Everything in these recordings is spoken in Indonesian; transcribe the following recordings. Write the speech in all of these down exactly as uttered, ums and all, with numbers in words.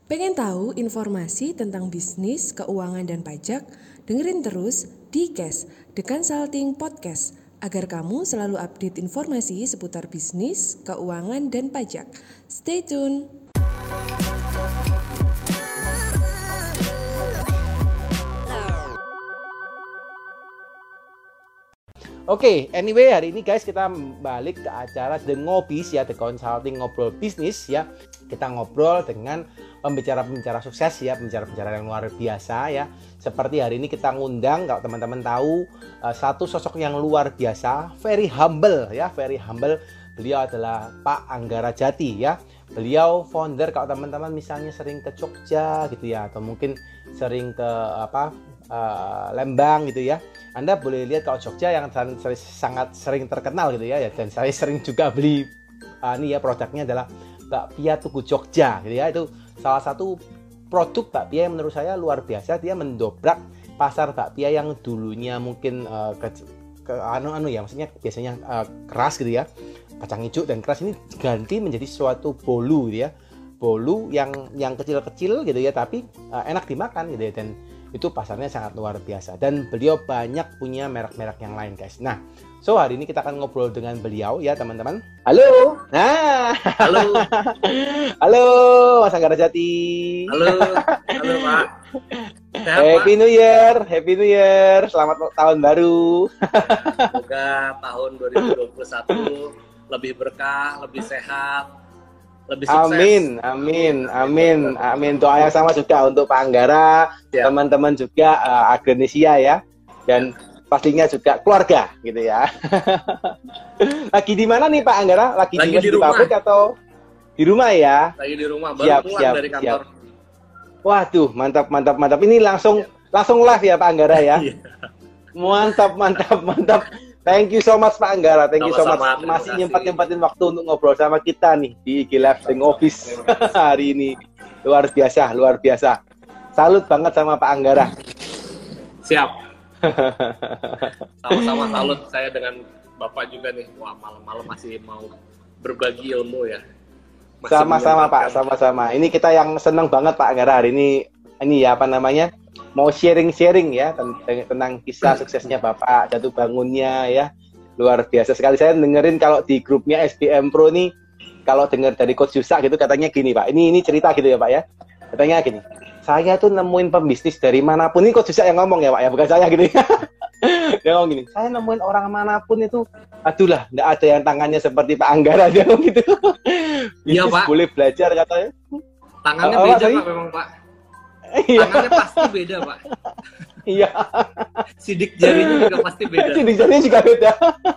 Pengen tahu informasi tentang bisnis, keuangan, dan pajak? Dengerin terus di Cash, The Consulting Podcast, agar kamu selalu update informasi seputar bisnis, keuangan, dan pajak. Stay tune! Oke, okay, anyway hari ini guys kita balik ke acara The Ngobis ya, The Consulting Ngobrol Bisnis ya. Kita ngobrol dengan pembicara-pembicara sukses ya, pembicara-pembicara yang luar biasa ya. Seperti hari ini kita ngundang, kalau teman-teman tahu, uh, satu sosok yang luar biasa, very humble ya, very humble. Beliau adalah Pak Anggara Jati ya. Beliau founder, kalau teman-teman misalnya sering ke Jogja gitu ya, atau mungkin sering ke apa uh, Lembang gitu ya. Anda boleh lihat kalau Jogja yang sangat sering terkenal gitu ya, dan saya sering juga beli uh, ini ya, produknya adalah bakpia Tugu Jogja gitu ya. Itu salah satu produk bakpia yang menurut saya luar biasa. Dia mendobrak pasar bakpia yang dulunya mungkin uh, ke, ke anu-anu ya, maksudnya biasanya uh, keras gitu ya, kacang hijau dan keras, ini ganti menjadi suatu bolu gitu ya, bolu yang yang kecil-kecil gitu ya, tapi uh, enak dimakan gitu ya, dan itu pasarnya sangat luar biasa. Dan beliau banyak punya merek-merek yang lain guys. Nah, so hari ini kita akan ngobrol dengan beliau ya teman-teman. Halo. Nah. Halo. Halo Mas Anggara Jati. Halo. Halo Pak. Sehat, Happy Pak? New Year. Happy New Year. Selamat tahun baru. Semoga tahun dua ribu dua puluh satu lebih berkah, lebih sehat, lebih sukses. Amin, amin, amin, amin. Doa yang sama juga untuk Pak Anggara, ya. Teman-teman juga uh, Agranesia ya, dan pastinya juga keluarga gitu ya. Lagi di mana nih Pak Anggara? Lagi, Lagi di, di di rumah. pabrik atau di rumah ya? Lagi di rumah, baru Siap, pulang siap, dari kantor. siap. Waduh, mantap, mantap, mantap. Ini langsung, Ya. langsung live ya Pak Anggara ya. Iya. Mantap, mantap, mantap. Thank you so much Pak Anggara, thank you so much. Sama-sama, terima Masih kasih. nyempat-nyempatin waktu untuk ngobrol sama kita nih di I G Live The Ngobis hari ini. Luar biasa, luar biasa. Salut banget sama Pak Anggara. Siap. Sama-sama salut saya dengan Bapak juga nih. Wah, malam-malam masih mau berbagi ilmu ya. Masih Sama-sama Pak, menyempatkan. sama-sama. Ini kita yang seneng banget Pak Anggara hari ini. Ini ya apa namanya? Mau sharing-sharing ya tentang, tentang kisah suksesnya Bapak, jatuh bangunnya ya. Luar biasa sekali. Saya dengerin kalau di grupnya S B M Pro nih, kalau dengar dari Coach Yusak gitu katanya gini Pak. Ini ini cerita gitu ya Pak ya. Katanya gini, saya tuh nemuin pembisnis dari manapun. Ini Coach Yusak yang ngomong ya Pak ya, bukan saya gini. Dia ngomong gini, saya nemuin orang manapun itu, aduh lah, nggak ada yang tangannya seperti Pak Anggara. Dia ngomong gitu. Iya Pak. Boleh belajar katanya. Tangannya Oh, beda sorry. Pak memang Pak. Iya. Tangannya pasti beda Pak. Iya. Sidik jarinya juga pasti beda. Sidik jarinya juga beda.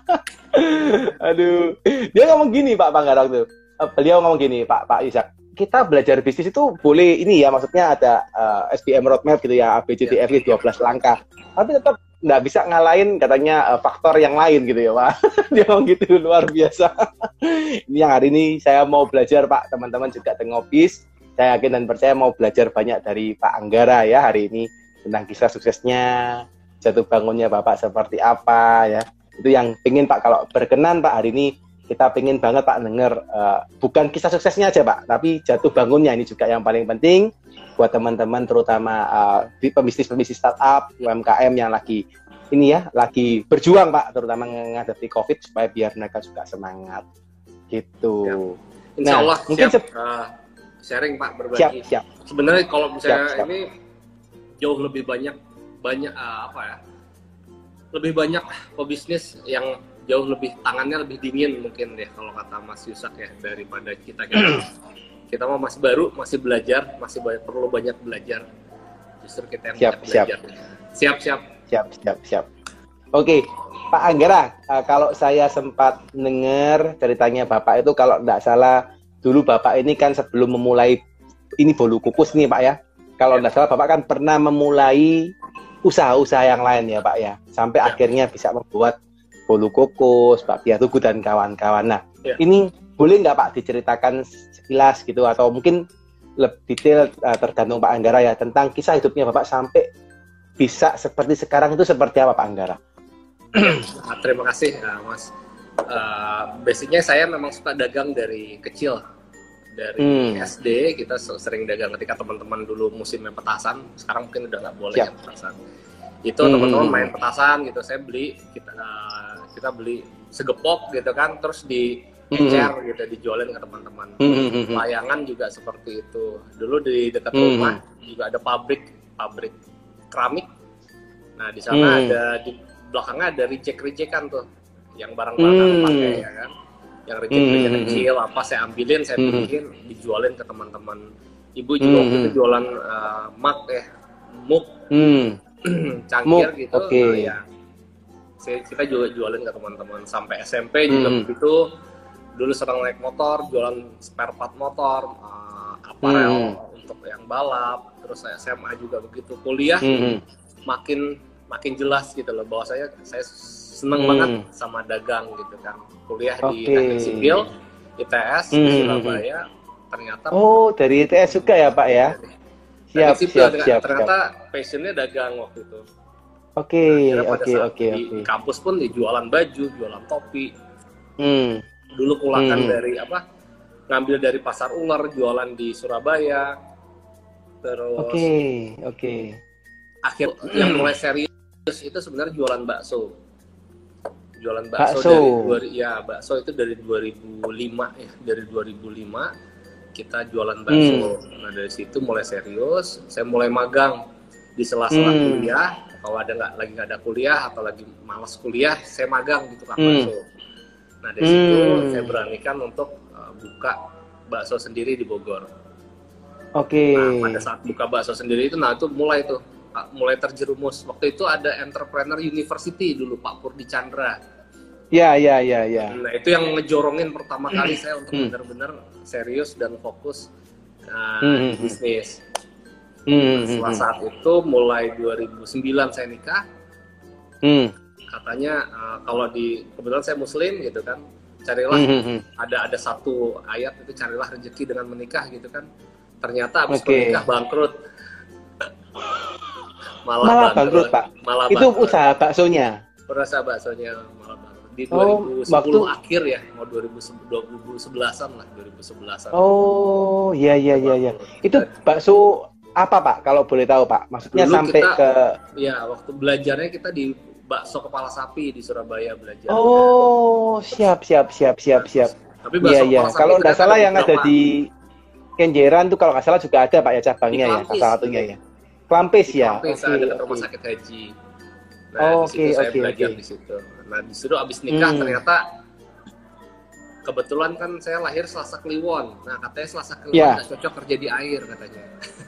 Aduh. Dia ngomong gini Pak Anggara tuh. Beliau ngomong gini, Pak Pak Yusak. Kita belajar bisnis itu boleh ini ya, maksudnya ada uh, S B M roadmap gitu ya, A B C D F G dua belas langkah. Tapi tetap nggak bisa ngalahin katanya uh, faktor yang lain gitu ya Pak. Dia ngomong gitu, luar biasa. Ini yang hari ini saya mau belajar Pak, teman-teman juga Ngobis. Saya yakin dan percaya mau belajar banyak dari Pak Anggara ya hari ini tentang kisah suksesnya, jatuh bangunnya Bapak seperti apa ya. Itu yang pengen Pak, kalau berkenan Pak hari ini kita pengen banget Pak denger uh, bukan kisah suksesnya aja Pak, tapi jatuh bangunnya ini juga yang paling penting buat teman-teman, terutama uh, pembisnis-pembisnis startup, U M K M yang lagi ini ya, lagi berjuang Pak, terutama menghadapi COVID supaya biar mereka juga semangat gitu. Ya. Insya Allah nah, mungkin siap se- uh, sharing Pak, berbagi. siap, siap. Sebenarnya kalau misalnya Siap, siap. ini jauh lebih banyak banyak uh, apa ya? Lebih banyak pebisnis yang jauh lebih tangannya lebih dingin mungkin deh kalau kata Mas Yusak ya, daripada kita kita kita mah masih baru, masih belajar, masih banyak, perlu banyak belajar. Justru kita yang Siap, banyak siap. belajar. Siap, siap. Siap, siap, siap. Oke, Pak Anggara, uh, kalau saya sempat dengar ceritanya Bapak itu, kalau tidak salah dulu Bapak ini kan sebelum memulai ini bolu kukus nih Pak ya. Kalau tidak salah Bapak kan pernah memulai usaha-usaha yang lain ya Pak ya. Sampai Ya. akhirnya bisa membuat bolu kukus, bakpia Tugu dan kawan-kawan. Nah, Ya. ini boleh nggak Pak diceritakan sekilas gitu, atau mungkin lebih detail uh, tergantung Pak Anggara ya, tentang kisah hidupnya Bapak sampai bisa seperti sekarang itu seperti apa Pak Anggara? Nah, terima kasih uh, Mas. Uh, basicnya saya memang suka dagang dari kecil. Dari Hmm. S D kita sering dagang ketika teman-teman dulu musimnya petasan, sekarang mungkin udah nggak boleh ya Siap. petasan. Itu Hmm. teman-teman main petasan gitu, saya beli kita uh, kita beli segepok gitu kan, terus di encer gitu, dijualin ke teman-teman. Hmm. Layangan juga seperti itu. Dulu di dekat Hmm. rumah juga ada pabrik pabrik keramik. Nah di sana Hmm. ada di belakangnya ada reject-rejectan tuh, yang barang-barang Hmm. pakai ya kan. Yang reject-reject Hmm. kecil apa saya ambilin, saya Hmm. pilihin, dijualin ke teman-teman. Ibu juga waktu itu Hmm. jualan uh, mug ya, mug Hmm. cangkir Mug, gitu. oke. Nah, ya. Saya, kita juga jualin ke teman-teman. Sampai S M P juga Hmm. begitu. Dulu sering naik motor, jualan spare part motor, uh, aparel Hmm. untuk yang balap. Terus saya S M A juga begitu. Kuliah Hmm. makin makin jelas gitu loh, bahwa saya saya seneng Hmm. banget sama dagang gitu kan. Kuliah di Oke. teknik sipil I T S di Hmm. Surabaya, ternyata Oh, dari I T S juga ya, Pak ya? Siap, teknik sipil, siap, siap, ternyata siap. passionnya dagang waktu itu. Oke, Akhirnya pada oke, saat oke, di, oke. di kampus pun di jualan baju, jualan topi. Hmm. Dulu kulakan Hmm. dari apa? Ngambil dari pasar ular, jualan di Surabaya. Terus Oke, oke. akhir yang mulai serius itu sebenarnya jualan bakso. Jualan bakso, Bakso. dari dua, ya bakso itu dari dua ribu lima ya, dari dua ribu lima kita jualan bakso. Hmm. Nah dari situ mulai serius, saya mulai magang di sela-sela Hmm. kuliah. Kalau ada nggak lagi nggak ada kuliah atau lagi malas kuliah, saya magang di tukang Hmm. bakso. Nah dari situ Hmm. saya beranikan untuk uh, buka bakso sendiri di Bogor. Oke. Nah pada saat buka bakso sendiri itu, nah itu mulai tuh uh, mulai terjerumus. Waktu itu ada Entrepreneur University dulu, Pak Purdi Chandra. Ya, ya, ya, ya. Nah itu yang ngejorongin pertama kali saya untuk Hmm. benar-benar serius dan fokus uh, Hmm. di bisnis. Hmm. Setelah saat itu mulai dua ribu sembilan saya nikah. Hmm. Katanya uh, kalau di kebetulan saya muslim gitu kan, carilah Hmm. ada ada satu ayat itu, carilah rezeki dengan menikah gitu kan. Ternyata habis Oke. menikah bangkrut. Malah, Malah bangkrut, Pak. Malah Itu bangkrut. usaha baksonya. Rasa baksonya malah bangkrut. Di Oh, dua ribu sepuluh waktu- akhir ya, mau dua ribu sebelasan lah, dua ribu sebelasan. Oh, iya, iya, iya, iya. Itu bakso apa, Pak? Kalau boleh tahu, Pak. Maksudnya Dulu sampai kita- ke Ya, waktu belajarnya kita di bakso kepala sapi di Surabaya belajar. Oh, siap, siap, siap, siap, siap. Tapi Iya, bakso iya. kepala sapi Kalau nggak ternyata salah ada yang ada beberapa. di Kenjeran tuh kalau nggak salah juga ada, Pak, ya cabangnya Di ya, Klampis. salah satunya ya. Klampis Di ya. Klampis, Oke, ada dekat oke. rumah sakit haji. Nah, Oh, di situ oke, saya oke, belajar oke. di situ. Nah, di situ abis nikah Hmm. ternyata kebetulan kan saya lahir Selasa Kliwon. Nah, katanya Selasa Kliwon Ya. nggak cocok kerja di air katanya.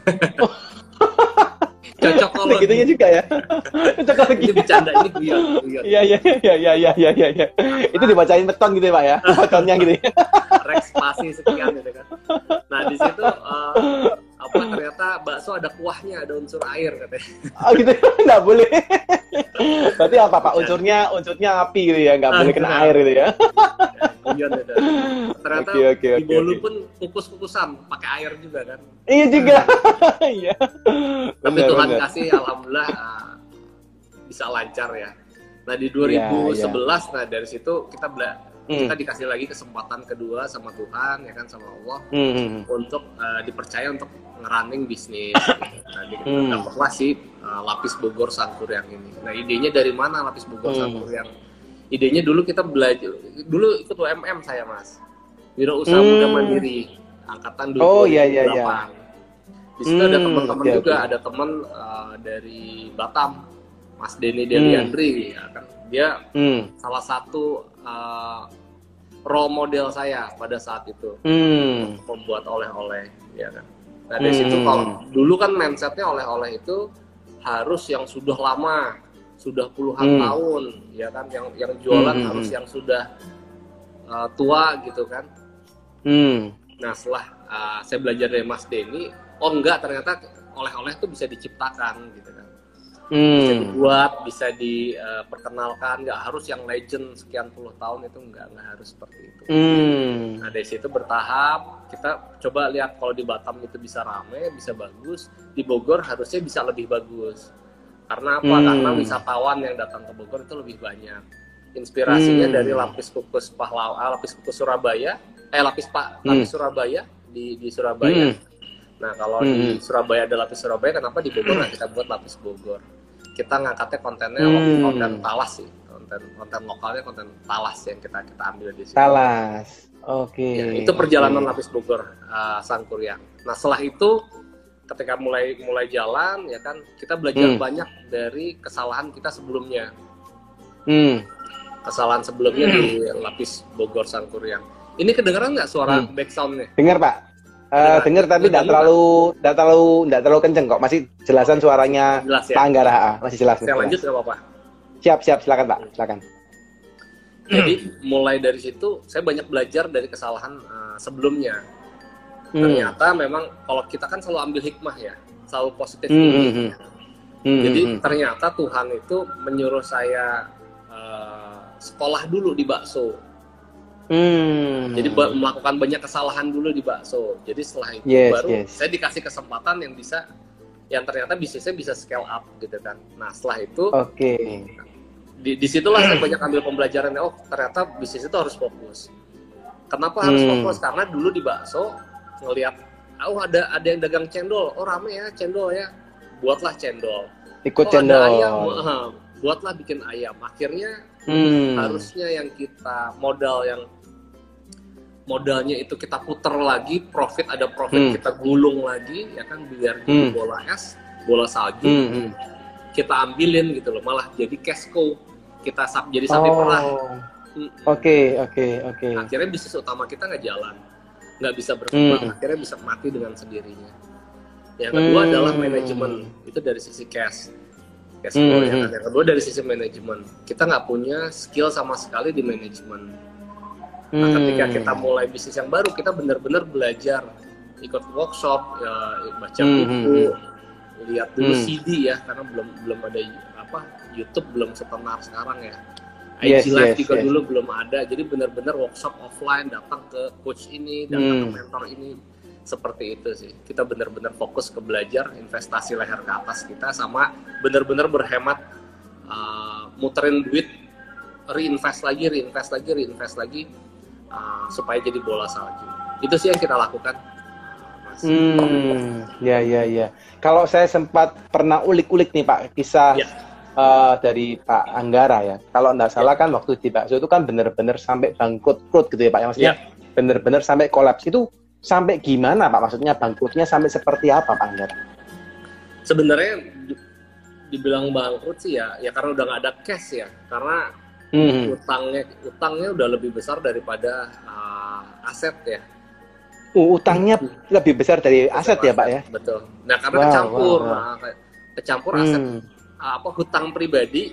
Cocok kalau Ada gitunya juga ya. Cocok lagi. ini bercanda, ini guyon, guyon. Iya, iya, iya, iya, iya, iya, iya, iya. Itu dibacain beton gitu ya, Pak ya. Betonnya gitu ya. Rex spasi sekian gitu kan. Nah, di situ eh, apa ternyata bakso ada kuahnya, ada unsur air katanya. Oh gitu, nggak boleh. Berarti apa, Pak? Unsurnya, unsurnya api gitu ya, nggak boleh kena air gitu ya. Guyon itu. Ternyata Oke, oke, di oke, Bolu oke. pun kukus-kukusan pakai air juga kan. Iya juga. Iya. Tapi Benar, Tuhan benar. kasih alhamdulillah uh, bisa lancar ya. Nah di dua ribu sebelas Iya, nah dari situ kita bela Hmm. kita dikasih lagi kesempatan kedua sama Tuhan ya kan, sama Allah Hmm. untuk uh, dipercaya untuk ngerunning bisnis. Nah di- Hmm. dapatlah si uh, Lapis Bogor Sangkuriang ini. Nah idenya dari mana Lapis Bogor Hmm. Sangkuriang? Idenya dulu kita belajar, dulu ikut U M M saya mas, Wirausaha Hmm. Muda Mandiri, angkatan dua Oh, ribu iya, iya, iya. delapan. Di situ ada Hmm, teman-teman oke, juga, oke. ada teman uh, dari Batam, Mas Denny Deliandri, ya kan? Dia Hmm. salah satu uh, role model saya pada saat itu, Hmm. membuat oleh-oleh, ya kan. Nah dari Hmm. situ kalau dulu kan mindsetnya oleh-oleh itu harus yang sudah lama, sudah puluhan Hmm. tahun, ya kan, yang yang jualan Hmm, hmm, harus hmm. yang sudah uh, tua gitu kan. Hmm. Nah setelah uh, saya belajar dari Mas Denny, oh enggak, ternyata oleh-oleh itu bisa diciptakan gitu kan, bisa Hmm. dibuat, bisa diperkenalkan, nggak harus yang legend sekian puluh tahun, itu nggak nggak harus seperti itu. Hmm. Nah dari situ bertahap kita coba lihat kalau di Batam itu bisa rame, bisa bagus, di Bogor harusnya bisa lebih bagus. Karena apa? Hmm. Karena wisatawan yang datang ke Bogor itu lebih banyak. Inspirasinya Hmm. dari lapis kukus pahlawan, lapis kukus Surabaya, eh lapis pak, Hmm. lapis Surabaya, di di Surabaya. Hmm. Nah kalau Hmm. di Surabaya ada lapis Surabaya, kenapa di Bogor nggak kita buat lapis Bogor? Kita ngangkatnya kontennya Hmm. konten Talas sih, konten konten lokalnya konten Talas yang kita kita ambil di sini. Talas. Oke. Ya, itu perjalanan Oke. lapis Bogor uh, Sangkuriang. Nah setelah itu ketika mulai mulai jalan ya kan kita belajar Hmm. banyak dari kesalahan kita sebelumnya. Hmm. Kesalahan sebelumnya di lapis Bogor Sangkuriang. Ini kedengeran nggak suara Hmm. backsoundnya? Dengar Pak. Uh, Dengar. dengar tapi Dengar tidak terlalu tidak terlalu tidak terlalu kenceng kok. Masih jelasan suaranya Jelas ya? Pak Anggara. Ah, masih jelas. Saya jelas. lanjut nggak apa-apa. Siap siap silakan Pak. Silakan. Jadi mulai dari situ saya banyak belajar dari kesalahan uh, sebelumnya. Hmm. Ternyata memang kalau kita kan selalu ambil hikmah ya, selalu positif Hmm, thinking. hmm, Hmm, Jadi hmm, ternyata Tuhan itu menyuruh saya uh, sekolah dulu di bakso. hmm. Jadi ba- melakukan banyak kesalahan dulu di bakso. Jadi setelah itu Yes, baru yes. saya dikasih kesempatan yang bisa, yang ternyata bisnisnya bisa scale up gitu kan. Nah setelah itu Oke. di disitulah saya banyak ambil pembelajaran. Oh ternyata bisnis itu harus fokus. Kenapa harus Hmm. fokus? Karena dulu di bakso ngelihat, oh ada ada yang dagang cendol, oh rame ya cendol ya, buatlah cendol. Ikut Oh cendol. ada ayam, eh, buatlah bikin ayam. Akhirnya Hmm. harusnya yang kita modal yang modalnya itu kita puter lagi, profit ada profit Hmm. kita gulung lagi ya kan biar jadi Hmm. bola es, bola salju Hmm, hmm. kita ambilin gitu loh, malah jadi cash cow, kita sap jadi sapi perah. Oh. Mm. Oke, oke, oke. Akhirnya bisnis utama kita nggak jalan, nggak bisa berkembang, Hmm. akhirnya bisa mati dengan sendirinya. Yang kedua Hmm. adalah manajemen, itu dari sisi cash, cash flow Hmm. ya kan. Yang kedua dari sisi manajemen, kita nggak punya skill sama sekali di manajemen. Nah, ketika Hmm. kita mulai bisnis yang baru, kita benar-benar belajar, ikut workshop, ya, baca Hmm, buku, lihat dulu Hmm. C D ya, karena belum belum ada apa YouTube belum setenar sekarang ya. Yes, I G Live yes, juga yes. dulu belum ada, jadi benar-benar workshop offline, datang ke coach ini, datang ke Hmm. mentor ini, seperti itu sih. Kita benar-benar fokus ke belajar, investasi leher ke atas kita, sama benar-benar berhemat, uh, muterin duit, reinvest lagi, reinvest lagi, reinvest lagi, uh, supaya jadi bola salju. Itu sih yang kita lakukan, Mas. Hmm, ya, ya, ya. Kalau saya sempat pernah ulik-ulik nih Pak, kisah Ya. eh, dari Pak Anggara ya. Kalau nggak salah kan waktu di bakso itu kan benar-benar sampai bangkrut gitu ya Pak. Ya, maksudnya benar-benar sampai kolaps. Itu sampai gimana Pak? Maksudnya bangkrutnya sampai seperti apa Pak Anggara? Sebenarnya di- dibilang bangkrut sih ya, ya karena udah nggak ada cash ya, karena Hmm. utangnya utangnya udah lebih besar daripada uh, aset ya. Uh, utangnya lebih besar dari aset ya Pak ya? Betul. Nah karena Wow, kecampur, wow, wow. Nah, ke- kecampur aset Hmm. uh, apa hutang pribadi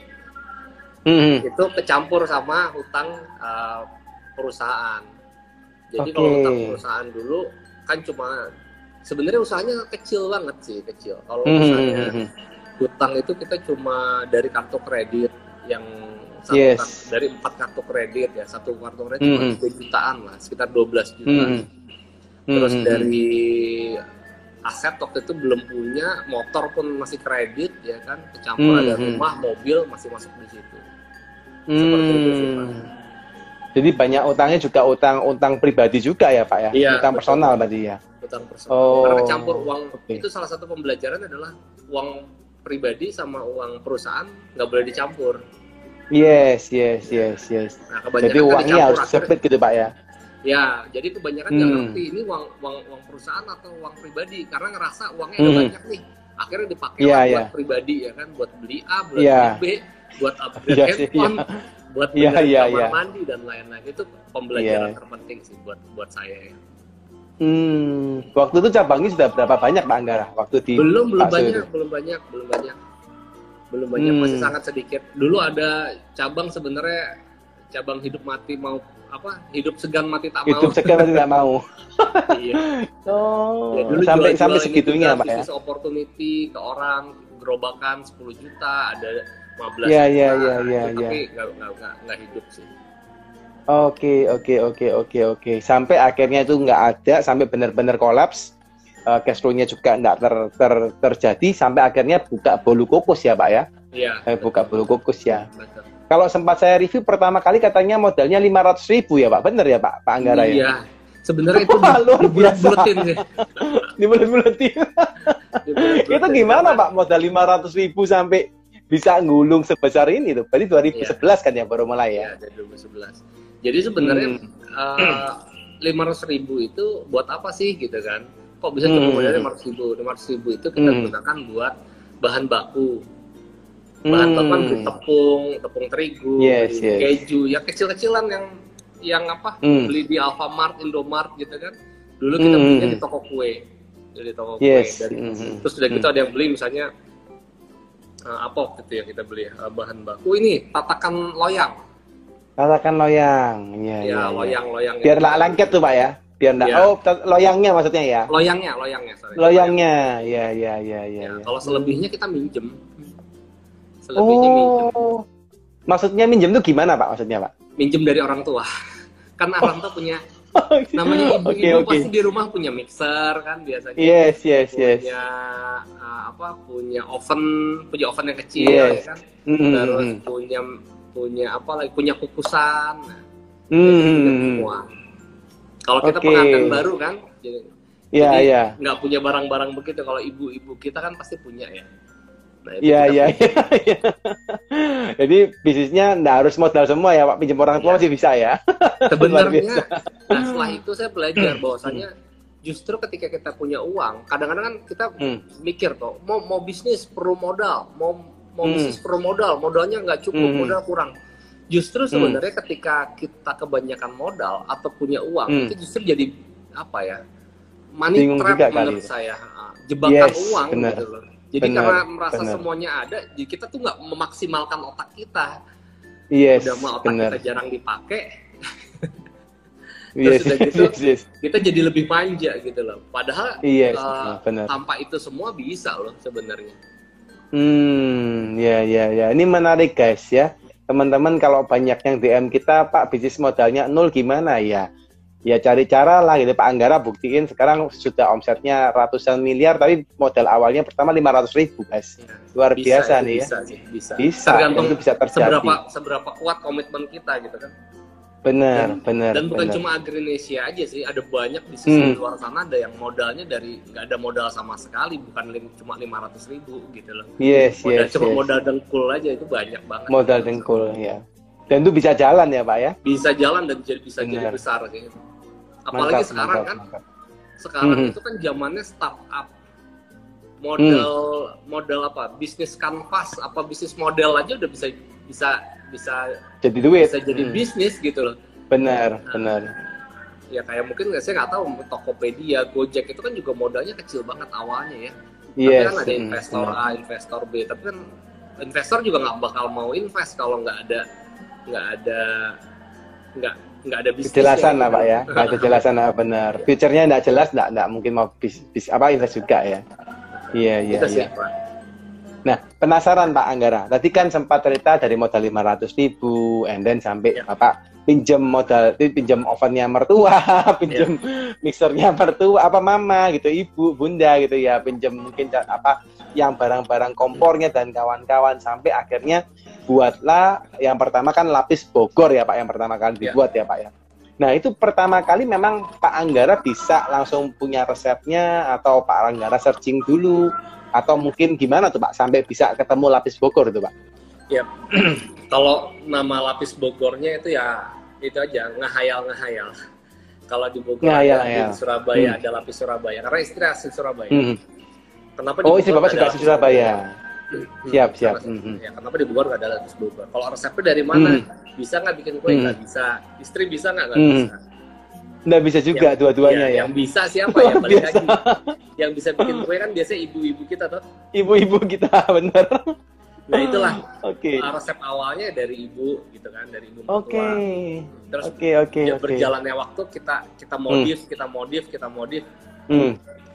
Hmm. itu kecampur sama hutang uh, perusahaan. Jadi Oke. kalau hutang perusahaan dulu kan cuma sebenarnya usahanya kecil banget sih kecil. Kalau Hmm, misalnya hmm, hmm. hutang itu kita cuma dari kartu kredit yang satu Yes. kartu- dari empat kartu kredit ya, satu kartu kredit Hmm. cuma tiga jutaan lah, sekitar dua belas juta. Hmm. Terus Hmm. dari aset waktu itu belum punya, motor pun masih kredit ya kan, kecampur Hmm, ada hmm. rumah, mobil masih masuk di situ. Seperti itu sih, Pak. Hmm. Jadi banyak utangnya juga utang-utang pribadi juga ya Pak ya? Iya, Utang betul. personal berarti ya? Hutang personal. Oh, Karena kecampur uang oke. itu salah satu pembelajaran adalah uang pribadi sama uang perusahaan nggak boleh dicampur. Yes, yes, yes, yes. Nah, kebanyakan Jadi kan uangnya dicampur harus akhirnya- separate gitu Pak ya? Ya, jadi kebanyakan nggak Hmm. ngerti ini uang, uang uang perusahaan atau uang pribadi karena ngerasa uangnya ada Hmm. banyak nih. Akhirnya dipakai Iya, lah iya. buat pribadi ya kan, buat beli A, buat Iya. beli B, buat upgrade Iya sih, handphone, iya. buat Iya, benerin iya, kamar iya. mandi dan lain-lain. Itu pembelajaran Iya. terpenting sih buat buat saya ya. Hmm, waktu itu cabangnya sudah berapa banyak Pak Anggara? Waktu di Belum belum bakso banyak, itu? belum banyak, belum banyak. Belum banyak, Hmm. masih sangat sedikit. Dulu ada cabang sebenarnya cabang hidup mati mau apa? Hidup segan mati tak Hidup mau. sekarang tidak mau. Iya. Oh, Ya, dulu sampai jual-jual sampai ini segitunya juga Pak ya? bisnis opportunity ke orang, gerobakan sepuluh juta, ada lima belas Iya, juta, iya, iya, itu iya, tapi nggak nggak nggak nggak hidup sih. Oke, oke, oke, oke, oke. Sampai akhirnya itu nggak ada, sampai benar-benar kolaps. Eh, cash flow-nya juga nggak ter, ter- terjadi, sampai akhirnya buka bolu kokus ya Pak ya? Iya. Eh, buka bolu kokus ya. Betul. Kalau sempat saya review pertama kali katanya modalnya lima ratus ribu ya Pak, bener ya Pak, Pak Anggara ya? Iya. Sebenarnya itu Wah, luar biasa. bulet-buletin sih. Dibulet-buletin. Dibulet-buletin. Itu gimana Karena- Pak modal lima ratus ribu sampai bisa ngulung sebesar ini tuh? Berarti dua ribu sebelas kan ya baru mulai ya? Ya, dari dua ribu sebelas. Jadi sebenarnya Hmm. eh, lima ratus ribu itu buat apa sih gitu kan? Kok bisa Hmm. cukup modal lima ratus ribu? lima ratus ribu itu kita Hmm. gunakan buat bahan baku. Bahan baku kan beli Hmm. tepung, tepung terigu, Yes, beli yes. keju, ya kecil-kecilan yang yang apa? Hmm. Beli di Alfamart, Indomart gitu kan. Dulu kita Hmm. belinya di toko kue. Di toko Yes. kue. Dan, Hmm. terus udah gitu ada yang beli misalnya eh, apa gitu ya kita beli eh, bahan baku ini tatakan loyang. Katakan loyang. Iya, Ya, iya, iya. loyang-loyang. Biar nggak lengket tuh Pak ya? Biar nggak. Iya. Oh, t- loyangnya maksudnya ya? Loyangnya, loyangnya, sorry. Loyangnya. Iya, iya, iya, iya. Ya, iya. kalau selebihnya kita minjem. Selebihnya minjem. Oh. Maksudnya minjem tuh gimana Pak? Maksudnya Pak? Minjem dari orang tua. Kan orang tua punya namanya ibu-ibu Oke, oke. pasti di rumah punya mixer kan biasanya. Yes, yes, yes. Punya uh, apa? Punya oven, punya oven yang kecil Yes. ya kan. Hmm, Terus hmm, punya punya apa lagi? Punya kukusan. Nah, hmm, itu hmm, punya hmm. semua. Kalau kita Oke. pengantin baru kan, jadi Iya, jadi iya. nggak punya barang-barang begitu. Kalau ibu-ibu kita kan pasti punya ya. Nah, itu Iya, kita iya, punya. iya. Jadi bisnisnya nggak harus modal semua ya Pak, pinjam orang tua Iya. masih bisa ya. Luar Sebenarnya, biasa. nah setelah itu saya belajar bahwasanya justru ketika kita punya uang, kadang-kadang kan kita Hmm. mikir tuh, mau mau bisnis perlu modal, mau mau Hmm. bisnis perlu modal, modalnya nggak cukup, Hmm. modal kurang. Justru sebenarnya ketika kita kebanyakan modal atau punya uang, Hmm. itu justru jadi apa ya? Money Bingung trap juga kali. menurut saya, Ah, jebakan Yes, uang benar. gitu loh. Jadi Benar, karena merasa benar. semuanya ada, jadi kita tuh nggak memaksimalkan otak kita. Yes, Udah mah otak benar. kita jarang dipakai, Yes, udah gitu, yes, yes. kita jadi lebih manja gitu loh. Padahal Yes, eh, benar. tanpa itu semua bisa loh sebenarnya. Hmm, ya, ya, ya. Ini menarik guys ya. Teman-teman kalau banyak yang D M kita, Pak bisnis modalnya nol gimana ya? Ya cari cara lah gitu Pak Anggara buktiin sekarang sudah omsetnya ratusan miliar tapi modal awalnya pertama lima ratus ribu guys. Ya, Luar bisa, biasa itu nih ya. bisa sih, bisa. Bisa, Tergantung itu bisa terjadi. seberapa seberapa kuat komitmen kita gitu kan. Benar, Dan- benar, Dan bukan benar. cuma Agrinesia aja sih, ada banyak bisnis Hmm. di luar sana ada yang modalnya dari nggak ada modal sama sekali, bukan lim, cuma lima ratus ribu gitu loh. Yes, Modal, yes, cuma yes. modal dengkul aja itu banyak banget. Modal dengkul ya. Dan itu bisa jalan ya Pak ya. Bisa jalan dan jadi bisa jadi Benar. besar gitu. Apalagi Mantap, sekarang mantap, kan, mantap. sekarang Mhm. itu kan zamannya startup. Model model apa? Bisnis kanvas apa bisnis model aja udah bisa bisa bisa Jadi duit. bisa jadi Hmm. bisnis gitu loh. Benar, benar. Ya kayak mungkin nggak saya nggak tahu Tokopedia, Gojek itu kan juga modalnya kecil banget awalnya ya. Yes. Tapi kan ada hmm, investor benar. A, investor B. Tapi kan investor juga nggak bakal mau invest kalau nggak ada nggak ada nggak nggak ada bisnis. Kejelasan lah Pak ya. Nggak ada kejelasan lah benar. Future-nya nggak jelas, nggak nggak mungkin mau bis, bis apa invest juga ya. Iya, iya, Itu sih, iya. Pak. Nah, penasaran Pak Anggara. Tadi kan sempat cerita dari modal lima ratus ribu, and then sampai Ya. Bapak pinjam modal, pinjam ovennya mertua, pinjam mixernya mertua, apa mama gitu, ibu, bunda gitu ya, pinjam mungkin ca- apa yang barang-barang kompornya dan kawan-kawan sampai akhirnya buatlah yang pertama kan lapis Bogor ya Pak, yang pertama kali Ya. dibuat ya Pak ya. Nah itu pertama kali memang Pak Anggara bisa langsung punya resepnya atau Pak Anggara searching dulu atau mungkin gimana tuh Pak sampai bisa ketemu lapis Bogor itu Pak? Ya, kalau nama lapis Bogornya itu ya itu aja ngehayal-ngehayal. Kalau di Bogor Ngehayal, ada, ngehayal. di Surabaya Hmm. ada lapis Surabaya karena istri asli Surabaya. Hmm. Kenapa di Oh Bogor istri Bapak nggak juga ada asli lapis Surabaya. Hmm, Siap, siap. karena- Hmm. Ya, kenapa di Bogor nggak ada lapis Bogor? Kalau resepnya dari mana? Hmm. Bisa nggak bikin kue? Hmm. Nggak bisa. Istri bisa nggak? Nggak Hmm. bisa. Nggak bisa juga Yang- dua-duanya iya, ya. Yang bisa siapa ya? Balik Biasa. lagi. Yang bisa bikin kue kan biasanya ibu-ibu kita tuh. Ibu-ibu kita bener. Nah itulah Oke. uh, resep awalnya dari ibu gitu kan, dari ibu Oke. mertua. Terus Oke, oke, ya oke. berjalannya waktu kita kita modif, kita modif, kita modif. Hmm.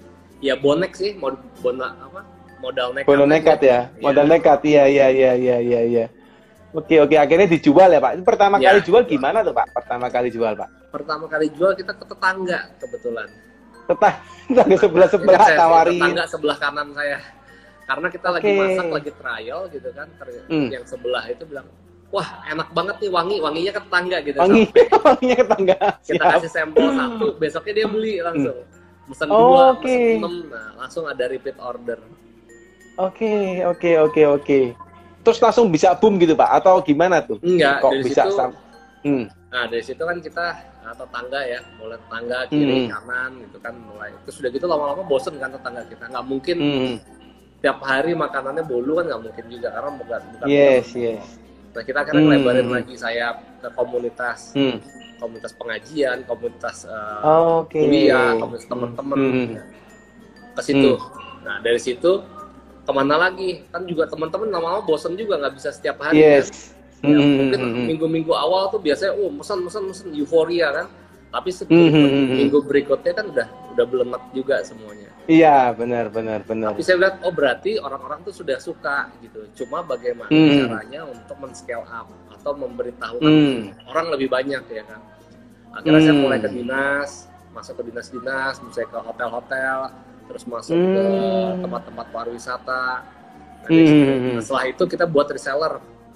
Ya bonek sih, mod bona apa? Modal nekat. Modal aja. nekat ya. Modal Iya. nekat. Iya, iya, iya, iya, iya, iya. Oke, oke. Akhirnya dijual ya, Pak. Itu pertama Ya, kali jual jual. gimana tuh, Pak? Pertama kali jual, Pak. Pertama kali jual kita ke tetangga kebetulan. Tetap tetangga sebelah-sebelah Ingat saya, saya tawarin. tetangga sebelah kanan saya. Karena kita lagi Oke. masak, lagi trial gitu kan. Ter- Hmm. Yang sebelah itu bilang, wah enak banget nih wangi, wanginya ke tetangga gitu. Wangi, Sampai wanginya ke tetangga. kita Siap. kasih sampel satu, besoknya dia beli langsung. Pesan Oh, dua, oke. pesan enam, nah langsung ada repeat order. Oke, oke, oke, oke. Terus langsung bisa boom gitu Pak? Atau gimana tuh? Enggak, Kok dari bisa situ, sam- hmm. nah dari situ kan kita uh, tetangga ya, mulai tetangga kiri Hmm. kanan gitu kan mulai. Terus sudah gitu lama-lama bosen kan tetangga kita, nggak mungkin Hmm. tiap hari makanannya bolu kan nggak mungkin juga karena bukan bukan Yes, bukan- yes. Nah kita akhirnya Hmm. lebarin lagi sayap ke komunitas, Hmm. komunitas pengajian, komunitas uh, Oke. kuliah, komunitas teman-teman Hmm. ke situ. Nah dari situ kemana lagi? Kan juga teman-teman lama-lama bosen juga nggak bisa setiap hari kan. Yes. Ya, Hmm. mungkin Hmm. minggu-minggu awal tuh biasanya oh mesen mesen mesen euforia kan, tapi Hmm, setiap hmm, hmm. minggu berikutnya kan udah udah belenak juga semuanya. Iya, benar, benar, benar. Tapi saya lihat oh berarti orang-orang tuh sudah suka gitu, cuma bagaimana Hmm. caranya untuk men-scale up atau memberitahukan Hmm. orang lebih banyak ya kan. Akhirnya saya Hmm. mulai ke dinas, masuk ke dinas-dinas, misalnya ke hotel-hotel, terus masuk ke Hmm. tempat-tempat pariwisata. Nah, dari situ- Hmm. nah, setelah itu kita buat reseller.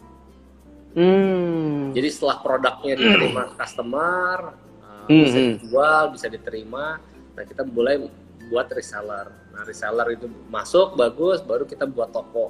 Hmm. Jadi setelah produknya diterima customer, uh, Hmm, bisa hmm. dijual, bisa diterima, nah kita mulai buat reseller. Nah reseller itu masuk bagus, baru kita buat toko.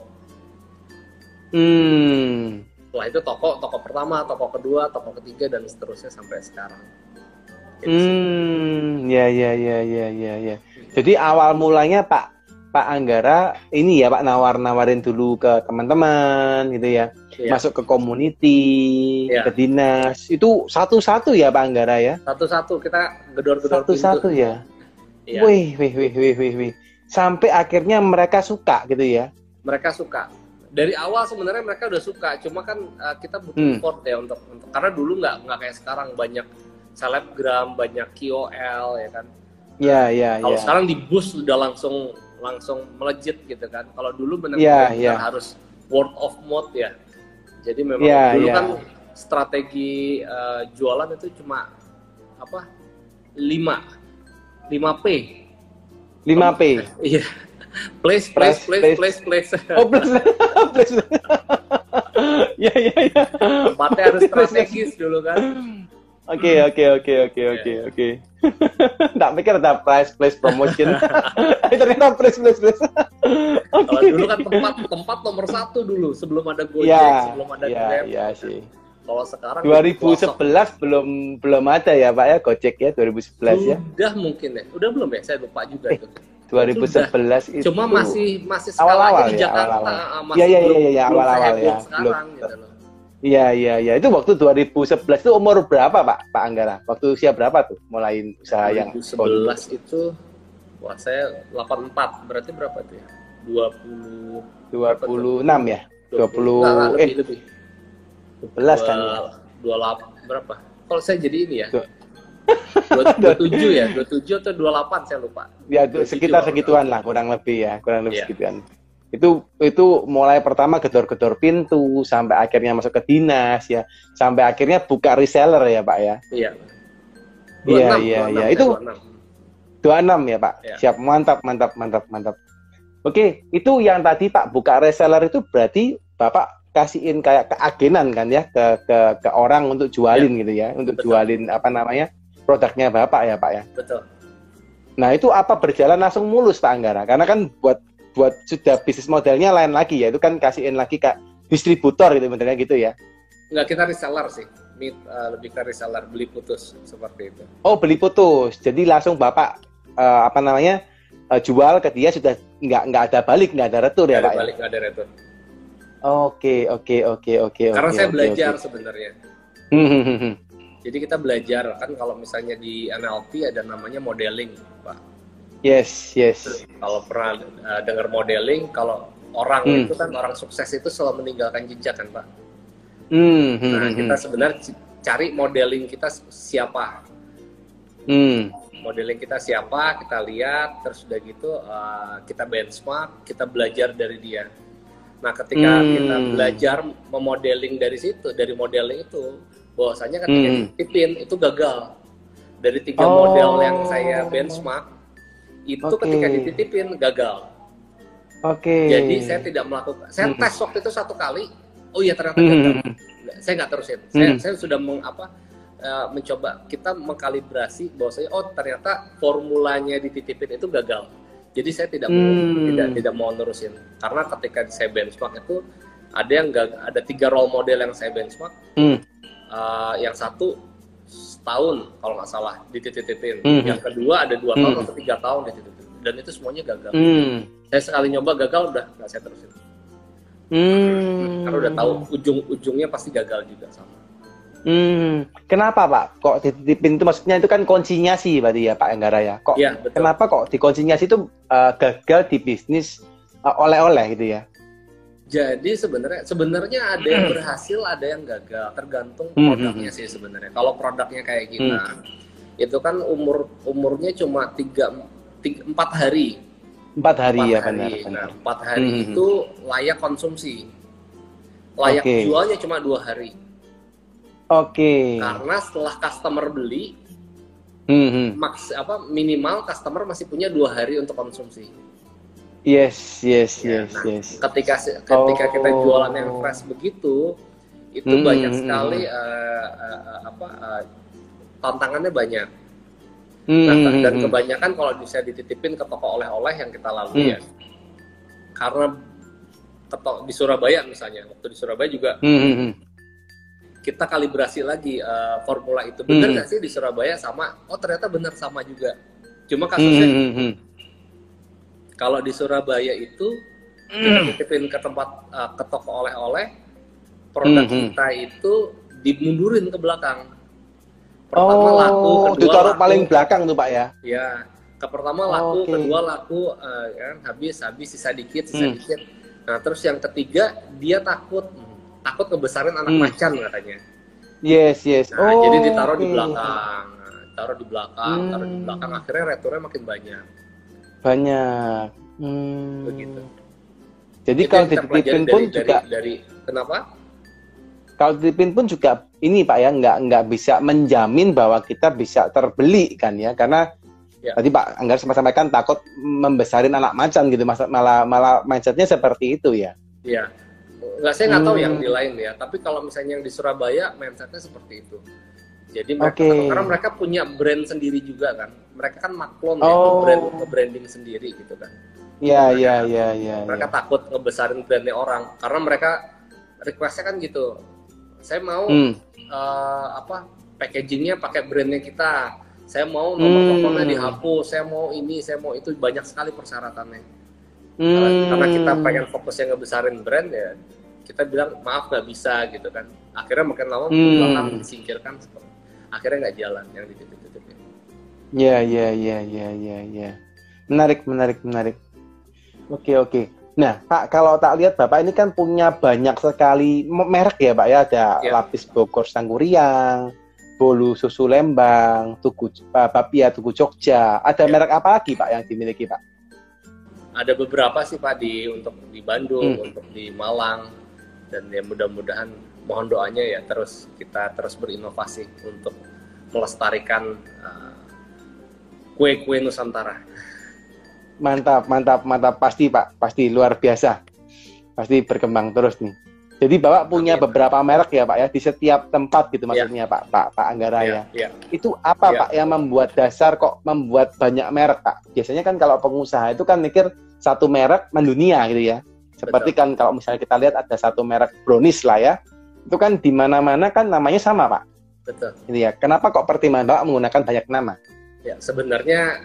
Hmm. Setelah itu toko, toko pertama, toko kedua, toko ketiga dan seterusnya sampai sekarang. Gitu sih. Hmm, ya, ya, ya, ya, ya, ya. Jadi awal mulanya Pak Pak Anggara ini ya Pak nawar-nawarin dulu ke teman-teman gitu ya, Iya. masuk ke community, Iya. ke dinas. Itu satu-satu ya Pak Anggara ya? Satu-satu kita gedor-gedor pintu. Satu-satu ya. Iya. Wih, wih, wih, wih, wih, wih. Sampai akhirnya mereka suka gitu ya. Mereka suka. Dari awal sebenarnya mereka udah suka, cuma kan uh, kita butuh Hmm. effort ya untuk, untuk karena dulu nggak nggak kayak sekarang banyak selebgram, banyak K O L ya kan. Ya, ya, Kalau ya. sekarang di boost udah langsung langsung melejit gitu kan. Kalau dulu Iya, benar-benar iya. harus word of mouth ya. Jadi memang Iya, dulu iya. kan strategi uh, jualan itu cuma apa? lima lima P. lima P. Iya. Place, Press, place, place, place. place, place. Oh, plus. Plus. Ya, ya, ya. Tempatnya harus strategis dulu kan. Oke, oke, oke, oke, oke, oke. Tak pikir ada price, place, promotion. Ternyata price, place, place. Kalau Oke. dulu kan tempat tempat nomor satu dulu sebelum ada Gojek, Ya, sebelum ada ya, Grab. ya sih. Kalau sekarang dua ribu pelosok. sebelas belum belum ada ya Pak ya Gojek ya dua ribu sebelas ya. Udah mungkin ya. Udah belum ya? Saya lupa juga Eh, tuh. dua ribu sebelas itu. Cuma masih masih awal-awal skalanya di ya, Jakarta, awal-awal. ah, masih Iya, iya, belum, iya, iya, belum awal-awal seheboh ya, sekarang belum. gitu loh. Iya, iya, iya. Itu waktu dua ribu sebelas itu umur berapa Pak Pak Anggara? Waktu usia berapa tuh mulai usaha yang dua ribu sebelas itu wah saya delapan puluh empat, berarti berapa tuh ya? dua puluh dua puluh enam ya? dua puluh enggak, enggak, lebih eh lebih. sebelas kan ya? dua puluh delapan berapa? Kalau saya jadi ini ya. Dua- dua puluh tujuh ya, dua puluh tujuh atau dua puluh delapan saya lupa. Ya dua puluh tujuh sekitar kalau segituan nggak lah kurang lebih ya, kurang lebih Iya. segituan. Itu itu mulai pertama gedor-gedor pintu sampai akhirnya masuk ke dinas ya, sampai akhirnya buka reseller ya Pak ya. Iya. Iya, dua puluh enam, iya, dua puluh enam iya. ya, Itu dua puluh enam. dua puluh enam ya Pak. Iya. Siap, mantap, mantap, mantap, mantap. Oke, itu yang tadi Pak buka reseller itu berarti Bapak kasihin kayak keagenan kan ya ke ke ke orang untuk jualin gitu ya, untuk Betul. jualin apa namanya produknya Bapak ya Pak ya. Betul. Nah itu apa berjalan langsung mulus Pak Anggara? Karena kan buat buat sudah bisnis modelnya lain lagi ya, itu kan kasihin lagi ke distributor gitu bentuknya gitu ya. Enggak, kita reseller sih. Meet, uh, lebih ke reseller, beli putus seperti itu. Oh beli putus, jadi langsung Bapak eh, apa namanya eh, jual ke dia sudah nggak nggak ada balik, nggak ada retur ya Nggak ada Pak ya? balik, nggak ada return. Oke oke oke oke. Karena oke, saya oke, belajar oke. sebenarnya. Hmm, hmm, hmm, hmm. Jadi kita belajar kan kalau misalnya di N L P ada namanya modeling, Pak. Yes yes. Kalau pernah uh, dengar modeling, kalau orang Hmm. itu kan orang sukses itu selalu meninggalkan jejak kan, Pak. Hmm, hmm, Nah, hmm, kita hmm. sebenarnya c- cari modeling kita siapa. Hmm. Modeling kita siapa, kita lihat, terus udah gitu uh, kita benchmark, kita belajar dari dia. Nah, ketika Hmm. kita belajar memodeling dari situ, dari modeling itu, bahwasanya ketika Hmm. dititipin itu gagal. Dari tiga Oh. model yang saya benchmark, itu Oke. ketika dititipin gagal. Oke. Jadi saya tidak melakukan, saya Hmm. tes waktu itu satu kali, oh iya ternyata Hmm, gagal. hmm, hmm. saya nggak terusin. Saya Hmm. saya sudah meng, apa uh, mencoba kita mengkalibrasi bahwasanya oh ternyata formulanya dititipin itu gagal. Jadi saya tidak mau Hmm. tidak tidak mau nerusin karena ketika saya benchmark itu ada yang gak, ada tiga role model yang saya benchmark. Hmm. Uh, yang satu setahun kalau nggak salah dititipin. Hmm. Yang kedua ada dua tahun Hmm. atau tiga tahun dititipin. Dan itu semuanya gagal. Hmm. Saya sekali nyoba gagal udah nggak saya terusin. Hmm. Karena udah tahu ujung-ujungnya pasti gagal juga sama. Hmm. Kenapa Pak? Kok dititipin itu maksudnya itu kan konsinyasi berarti ya Pak Anggara ya? Kok Iya, betul. kenapa kok di konsinyasi itu uh, gagal di bisnis uh, oleh-oleh gitu ya? Jadi sebenarnya sebenarnya ada yang berhasil, ada yang gagal, tergantung Hmm, produknya hmm, sih sebenarnya. Kalau produknya kayak kita, itu kan umur umurnya cuma tiga, tiga empat hari. Empat hari Empat ya hari. benar. Nah, benar. empat hari Hmm. itu layak konsumsi. Layak Oke. jualnya cuma dua hari. Oke. Karena setelah customer beli, Hmm, hmm. maks apa minimal customer masih punya dua hari untuk konsumsi. Yes, yes, Ya, yes, nah, yes. ketika ketika Oh. kita jualan yang fresh begitu, itu Hmm, banyak hmm, sekali hmm. uh, uh, uh, apa uh, tantangannya banyak. Hmm, Nah, hmm, dan hmm. kebanyakan kalau bisa dititipin ke toko oleh-oleh yang kita lalui Hmm. ya, karena ke to- di Surabaya misalnya, waktu di Surabaya juga Hmm, hmm, hmm. kita kalibrasi lagi uh, formula itu benar Hmm. nggak sih di Surabaya sama? Oh ternyata benar sama juga. Cuma Hmm, kasusnya hmm, hmm. kalau di Surabaya itu kita titipin ke tempat uh, ke toko oleh-oleh, produk Hmm, hmm. kita itu dimundurin ke belakang. Pertama Oh, laku, kedua ditaruh laku. paling belakang tuh Pak ya? Ya, ke pertama laku, Oke. kedua laku, uh, kan habis, habis sisa dikit, sisa Hmm. dikit. Nah terus yang ketiga dia takut, hmm, takut ngebesarin anak Hmm. macan katanya. Yes, yes. Nah, Oh, jadi ditaruh di oke. belakang, Nah, taruh di belakang, taruh di Hmm. belakang. Akhirnya returnya makin banyak. Banyak. Hmm. Begitu. Jadi Itu kalau yang kita pelajari dititipin dari, pun dari, juga, dari kenapa? kalau dititipin pun juga ini Pak ya, nggak nggak bisa menjamin bahwa kita bisa terbeli kan ya, karena Ya. tadi Pak Anggar sempat sampaikan takut membesarin anak macan gitu, Mas- malah malah mindsetnya seperti itu ya. Iya. Nggak, saya nggak tahu Hmm. yang di lain ya. Tapi kalau misalnya yang di Surabaya, mindsetnya seperti itu. Jadi mereka, Oke. karena mereka punya brand sendiri juga kan. Mereka kan maklum Oh. ya, brand branding sendiri gitu kan. Iya, iya, iya, iya. Mereka Ya. takut ngebesarin brandnya orang, karena mereka requestnya kan gitu. Saya mau Hmm. eh, apa packagingnya pakai brandnya kita. Saya mau nomor Hmm. teleponnya dihapus. Saya mau ini, saya mau itu, banyak sekali persyaratannya. Karena, Hmm. karena kita pengen fokusnya ngebesarin brand ya, kita bilang maaf nggak bisa gitu kan. Akhirnya makin lama Hmm. ke belakang disingkirkan, akhirnya nggak jalan yang dititip-titipin. Ya, ya, ya, ya, ya, ya. Menarik, menarik, menarik. Oke, oke. Nah, Pak, kalau tak lihat Bapak ini kan punya banyak sekali m- merek ya, Pak ya. Ada Ya. Lapis Bogor Sangguriang, Bolu Susu Lembang, Tugu uh, Bapia Tugu Jogja. Ada Ya. merek apa lagi, Pak, yang dimiliki, Pak? Ada beberapa sih Pak di untuk di Bandung, Hmm. untuk di Malang, dan ya mudah-mudahan mohon doanya ya terus kita terus berinovasi untuk melestarikan uh, kue-kue Nusantara. Mantap, mantap, mantap. Pasti, Pak. Pasti luar biasa. Pasti berkembang terus nih. Jadi Bapak punya Amin. beberapa merek ya, Pak ya, di setiap tempat gitu maksudnya, Pak, Pak, Pak Anggara ya. Ya, Itu apa Ya. Pak yang membuat dasar kok membuat banyak merek Pak? Biasanya kan kalau pengusaha itu kan mikir satu merek mendunia gitu ya. Seperti kan kalau misalnya kita lihat ada satu merek brownies lah ya. Itu kan di mana-mana kan namanya sama Pak. betul. Gitu ya. Kenapa kok pertimbangan Bapak menggunakan banyak nama? Ya sebenarnya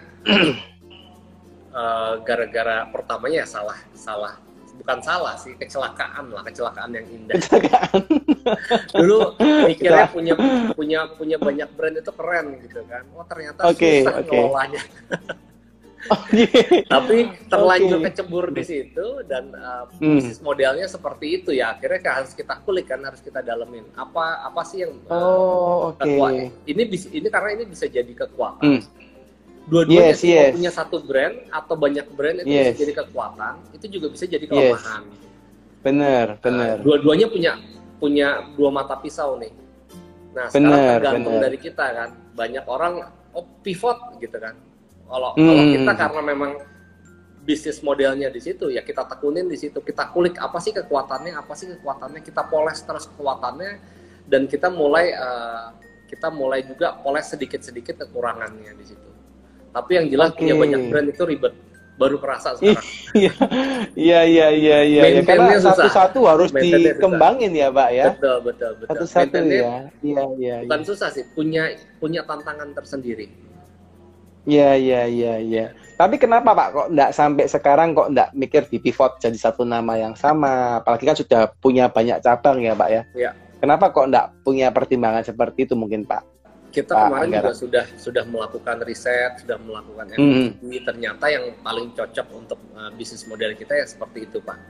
eh, gara-gara pertamanya ya salah, salah bukan salah sih, kecelakaan lah, kecelakaan yang indah. Kecelakaan. Dulu mikirnya punya punya punya banyak brand itu keren gitu kan. Oh ternyata Oke, susah oke. ngelolanya. Oh, iya. Tapi terlanjur Oke. kecebur di situ dan uh, Hmm. bisnis modelnya seperti itu ya. Akhirnya kan harus kita kulik kan, harus kita dalemin. Apa apa sih yang uh, Oh, oke. kekuatan? Ini bis- ini karena ini bisa jadi kekuatan. Hmm. Dua-duanya Yes, sih, mau yes. punya satu brand atau banyak brand itu Yes. bisa jadi kekuatan, itu juga bisa jadi kelemahan. Bener, Nah, bener. dua-duanya punya punya dua mata pisau nih. Nah, sekarang Bener, tergantung bener. dari kita kan. Banyak orang oh pivot gitu kan. Kalau Hmm. kalau kita karena memang bisnis modelnya di situ, ya kita tekunin di situ, kita kulik apa sih kekuatannya, apa sih kekuatannya, kita poles terus kekuatannya, dan kita mulai uh, kita mulai juga poles sedikit-sedikit kekurangannya di situ. Tapi yang jelas Oke. punya banyak brand itu ribet, baru kerasa sekarang. Iya, iya, iya, iya, iya. Ya, karena Maintainnya susah. satu-satu harus Maintainnya susah. dikembangin ya, Pak ya. Betul, betul, betul. Satu-satu Maintainnya ya. Iya, iya. bukan iya. susah sih, punya punya tantangan tersendiri. Iya, iya, iya, iya. Tapi kenapa Pak kok enggak sampai sekarang kok enggak mikir di pivot jadi satu nama yang sama? Apalagi kan sudah punya banyak cabang ya Pak ya. Ya, Kenapa kok enggak punya pertimbangan seperti itu mungkin Pak? kita Pak kemarin Anggara. juga sudah sudah melakukan riset, sudah melakukan M Mhm. V P. Ternyata yang paling cocok untuk uh, bisnis model kita ya seperti itu, Pak.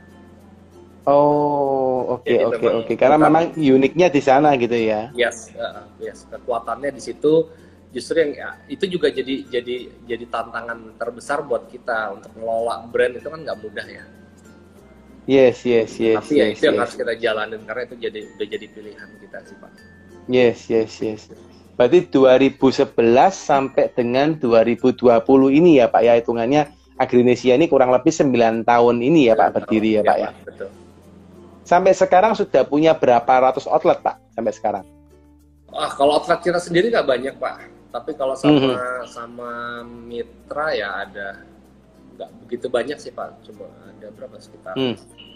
Oh, oke, Jadi oke, memang oke. Karena bukan- memang uniknya di sana gitu ya. Yes, uh, yes, kekuatannya di situ. Justru yang ya, itu juga jadi jadi jadi tantangan terbesar buat kita untuk mengelola brand itu kan nggak mudah ya. Yes, yes, yes. Tapi ya yes, itu yang yes. harus kita jalanin karena itu jadi udah jadi pilihan kita sih, Pak. Yes, yes, yes. Berarti dua ribu sebelas sampai dengan dua ribu dua puluh ini ya Pak ya, hitungannya Agrinesia ini kurang lebih sembilan tahun ini ya Pak berdiri ya Pak ya. Betul. Sampai sekarang sudah punya berapa ratus outlet Pak sampai sekarang? Ah, kalau outlet kita sendiri nggak banyak, Pak. Tapi kalau sama sama mitra ya ada nggak begitu banyak sih, Pak. Coba ada berapa sekitar? Hmm.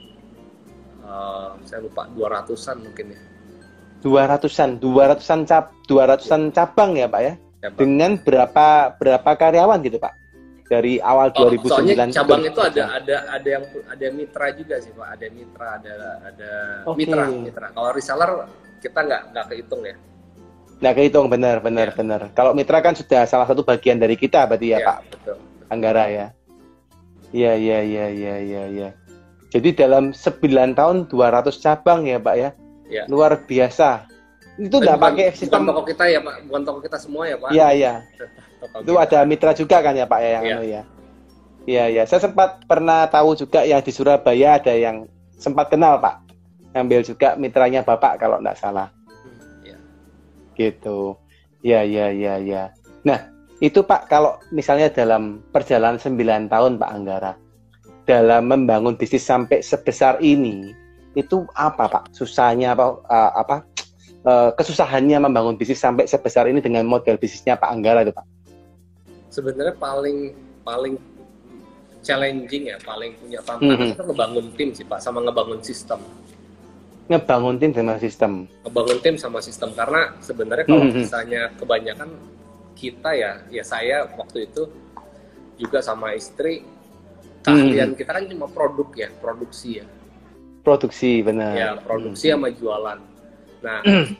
Uh, saya lupa dua ratusan mungkin ya. dua ratusan, dua ratusan cap, dua ratusan cabang ya Pak ya. Ya, Pak. Dengan berapa berapa karyawan gitu Pak? Dari awal Oh, dua ribu sembilan. soalnya cabang itu ada ada ada yang ada mitra juga sih, Pak. Ada mitra, ada ada Oke. mitra, mitra. Kalau reseller kita nggak nggak kehitung ya. Nah kehitung benar benar Ya. benar. Kalau mitra kan sudah salah satu bagian dari kita berarti ya, Ya, Pak betul. Anggara ya. Iya iya iya iya iya iya. Jadi dalam sembilan tahun dua ratus cabang ya Pak ya. Ya. Luar biasa. Itu Tapi enggak bukan- pakai sistem. bukan toko kita ya, Pak. Bukan toko kita semua ya, Pak. Iya iya. Toko Itu kita. ada mitra juga kan ya Pak ya yang Iya. anu ya. Iya iya. Saya sempat pernah tahu juga yang di Surabaya ada yang sempat kenal Pak. Ambil juga mitranya Bapak kalau enggak salah. Hmm, ya. Gitu. Ya, ya, ya, ya. Nah, itu Pak, kalau misalnya dalam perjalanan sembilan tahun Pak Anggara, dalam membangun bisnis sampai sebesar ini, itu apa Pak? Susahnya apa, uh, apa uh, kesusahannya membangun bisnis sampai sebesar ini dengan model bisnisnya Pak Anggara itu Pak? Sebenarnya paling paling challenging ya, paling punya tantangan Mhm. itu ngebangun tim sih, Pak, sama ngebangun sistem. Ngebangun tim dengan sistem. Ngebangun tim sama sistem karena sebenarnya kalau Mhm. misalnya kebanyakan kita ya, ya saya waktu itu juga sama istri keahlian kita kan cuma produk ya, produksi ya. Produksi, benar. Ya, produksi sama jualan. Nah,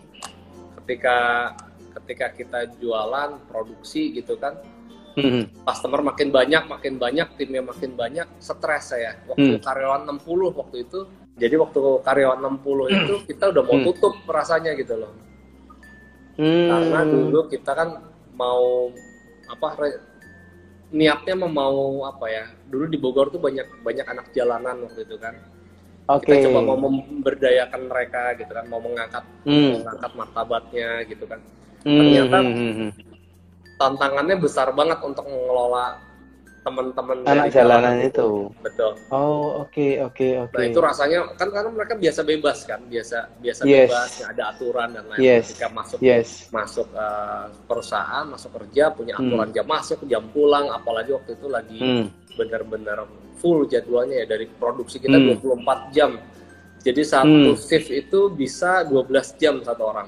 ketika ketika kita jualan, produksi gitu kan, Mhm. customer makin banyak, makin banyak, timnya makin banyak, stres saya. Waktu Hmm. karyawan enam puluh waktu itu, jadi waktu karyawan enam puluh itu kita udah mau Hmm. tutup rasanya gitu loh. Hmm. Karena dulu kita kan mau apa re- niatnya mau, mau apa ya? Dulu di Bogor tuh banyak banyak anak jalanan waktu itu kan. Oke. Kita coba mau memberdayakan mereka gitu kan, mau mengangkat Hmm. mengangkat martabatnya gitu kan. Hmm, Ternyata hmm, hmm, hmm. tantangannya besar banget untuk mengelola teman-teman Anak dari jalanan jalanan itu. Betul. Oh, oke, oke, oke. Nah itu rasanya kan karena mereka biasa bebas kan, biasa biasa Yes. bebas, nggak ada aturan dan lain-lain. Yes. Ketika masuk Yes. masuk uh, perusahaan, masuk kerja punya Hmm. aturan jam masuk, jam pulang, apalagi waktu itu lagi Hmm. benar-benar full jadwalnya ya dari produksi kita Hmm. dua puluh empat jam. Jadi satu Hmm. shift itu bisa dua belas jam satu orang.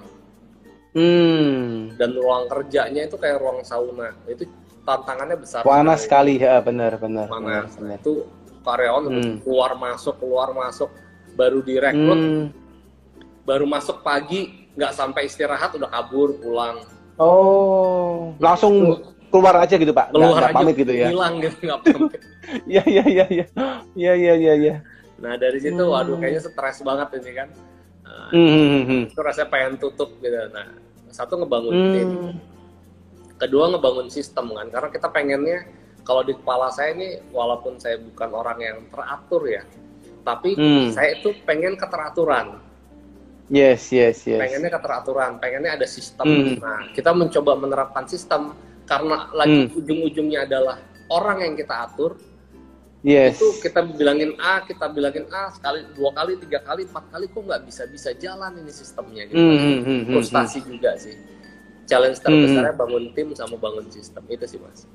Hmm. Dan ruang kerjanya itu kayak ruang sauna. Itu tantangannya besar. Panas sekali ya, benar, benar. Panas. benar, benar. Itu karyawan Hmm. keluar masuk keluar masuk baru direkrut, Hmm. baru masuk pagi nggak sampai istirahat udah kabur pulang. Oh, langsung keluar aja gitu Pak, nggak, Keluar nggak aja pamit gitu ya? hilang gitu nggak pamit. Iya, iya, iya, iya, iya, iya, iya, iya. Nah dari situ Hmm. waduh kayaknya stres banget ini kan. Nah, Hmm, hmm, hmm, hmm. itu rasanya pengen tutup gitu. Nah satu ngebangun tim, Hmm. kedua ngebangun sistem kan karena kita pengennya kalau di kepala saya ini walaupun saya bukan orang yang teratur ya, tapi Hmm. saya itu pengen keteraturan. Yes, yes, yes. Pengennya keteraturan, pengennya ada sistem. Hmm. Nah, kita mencoba menerapkan sistem karena lagi Hmm. ujung-ujungnya adalah orang yang kita atur, Yes. Itu kita bilangin A, kita bilangin A sekali, dua kali, tiga kali, empat kali kok nggak bisa-bisa jalan ini sistemnya gitu. Hmm, hmm, hmm, Frustasi hmm. juga sih. Challenge terbesarnya bangun tim sama bangun sistem itu sih Mas.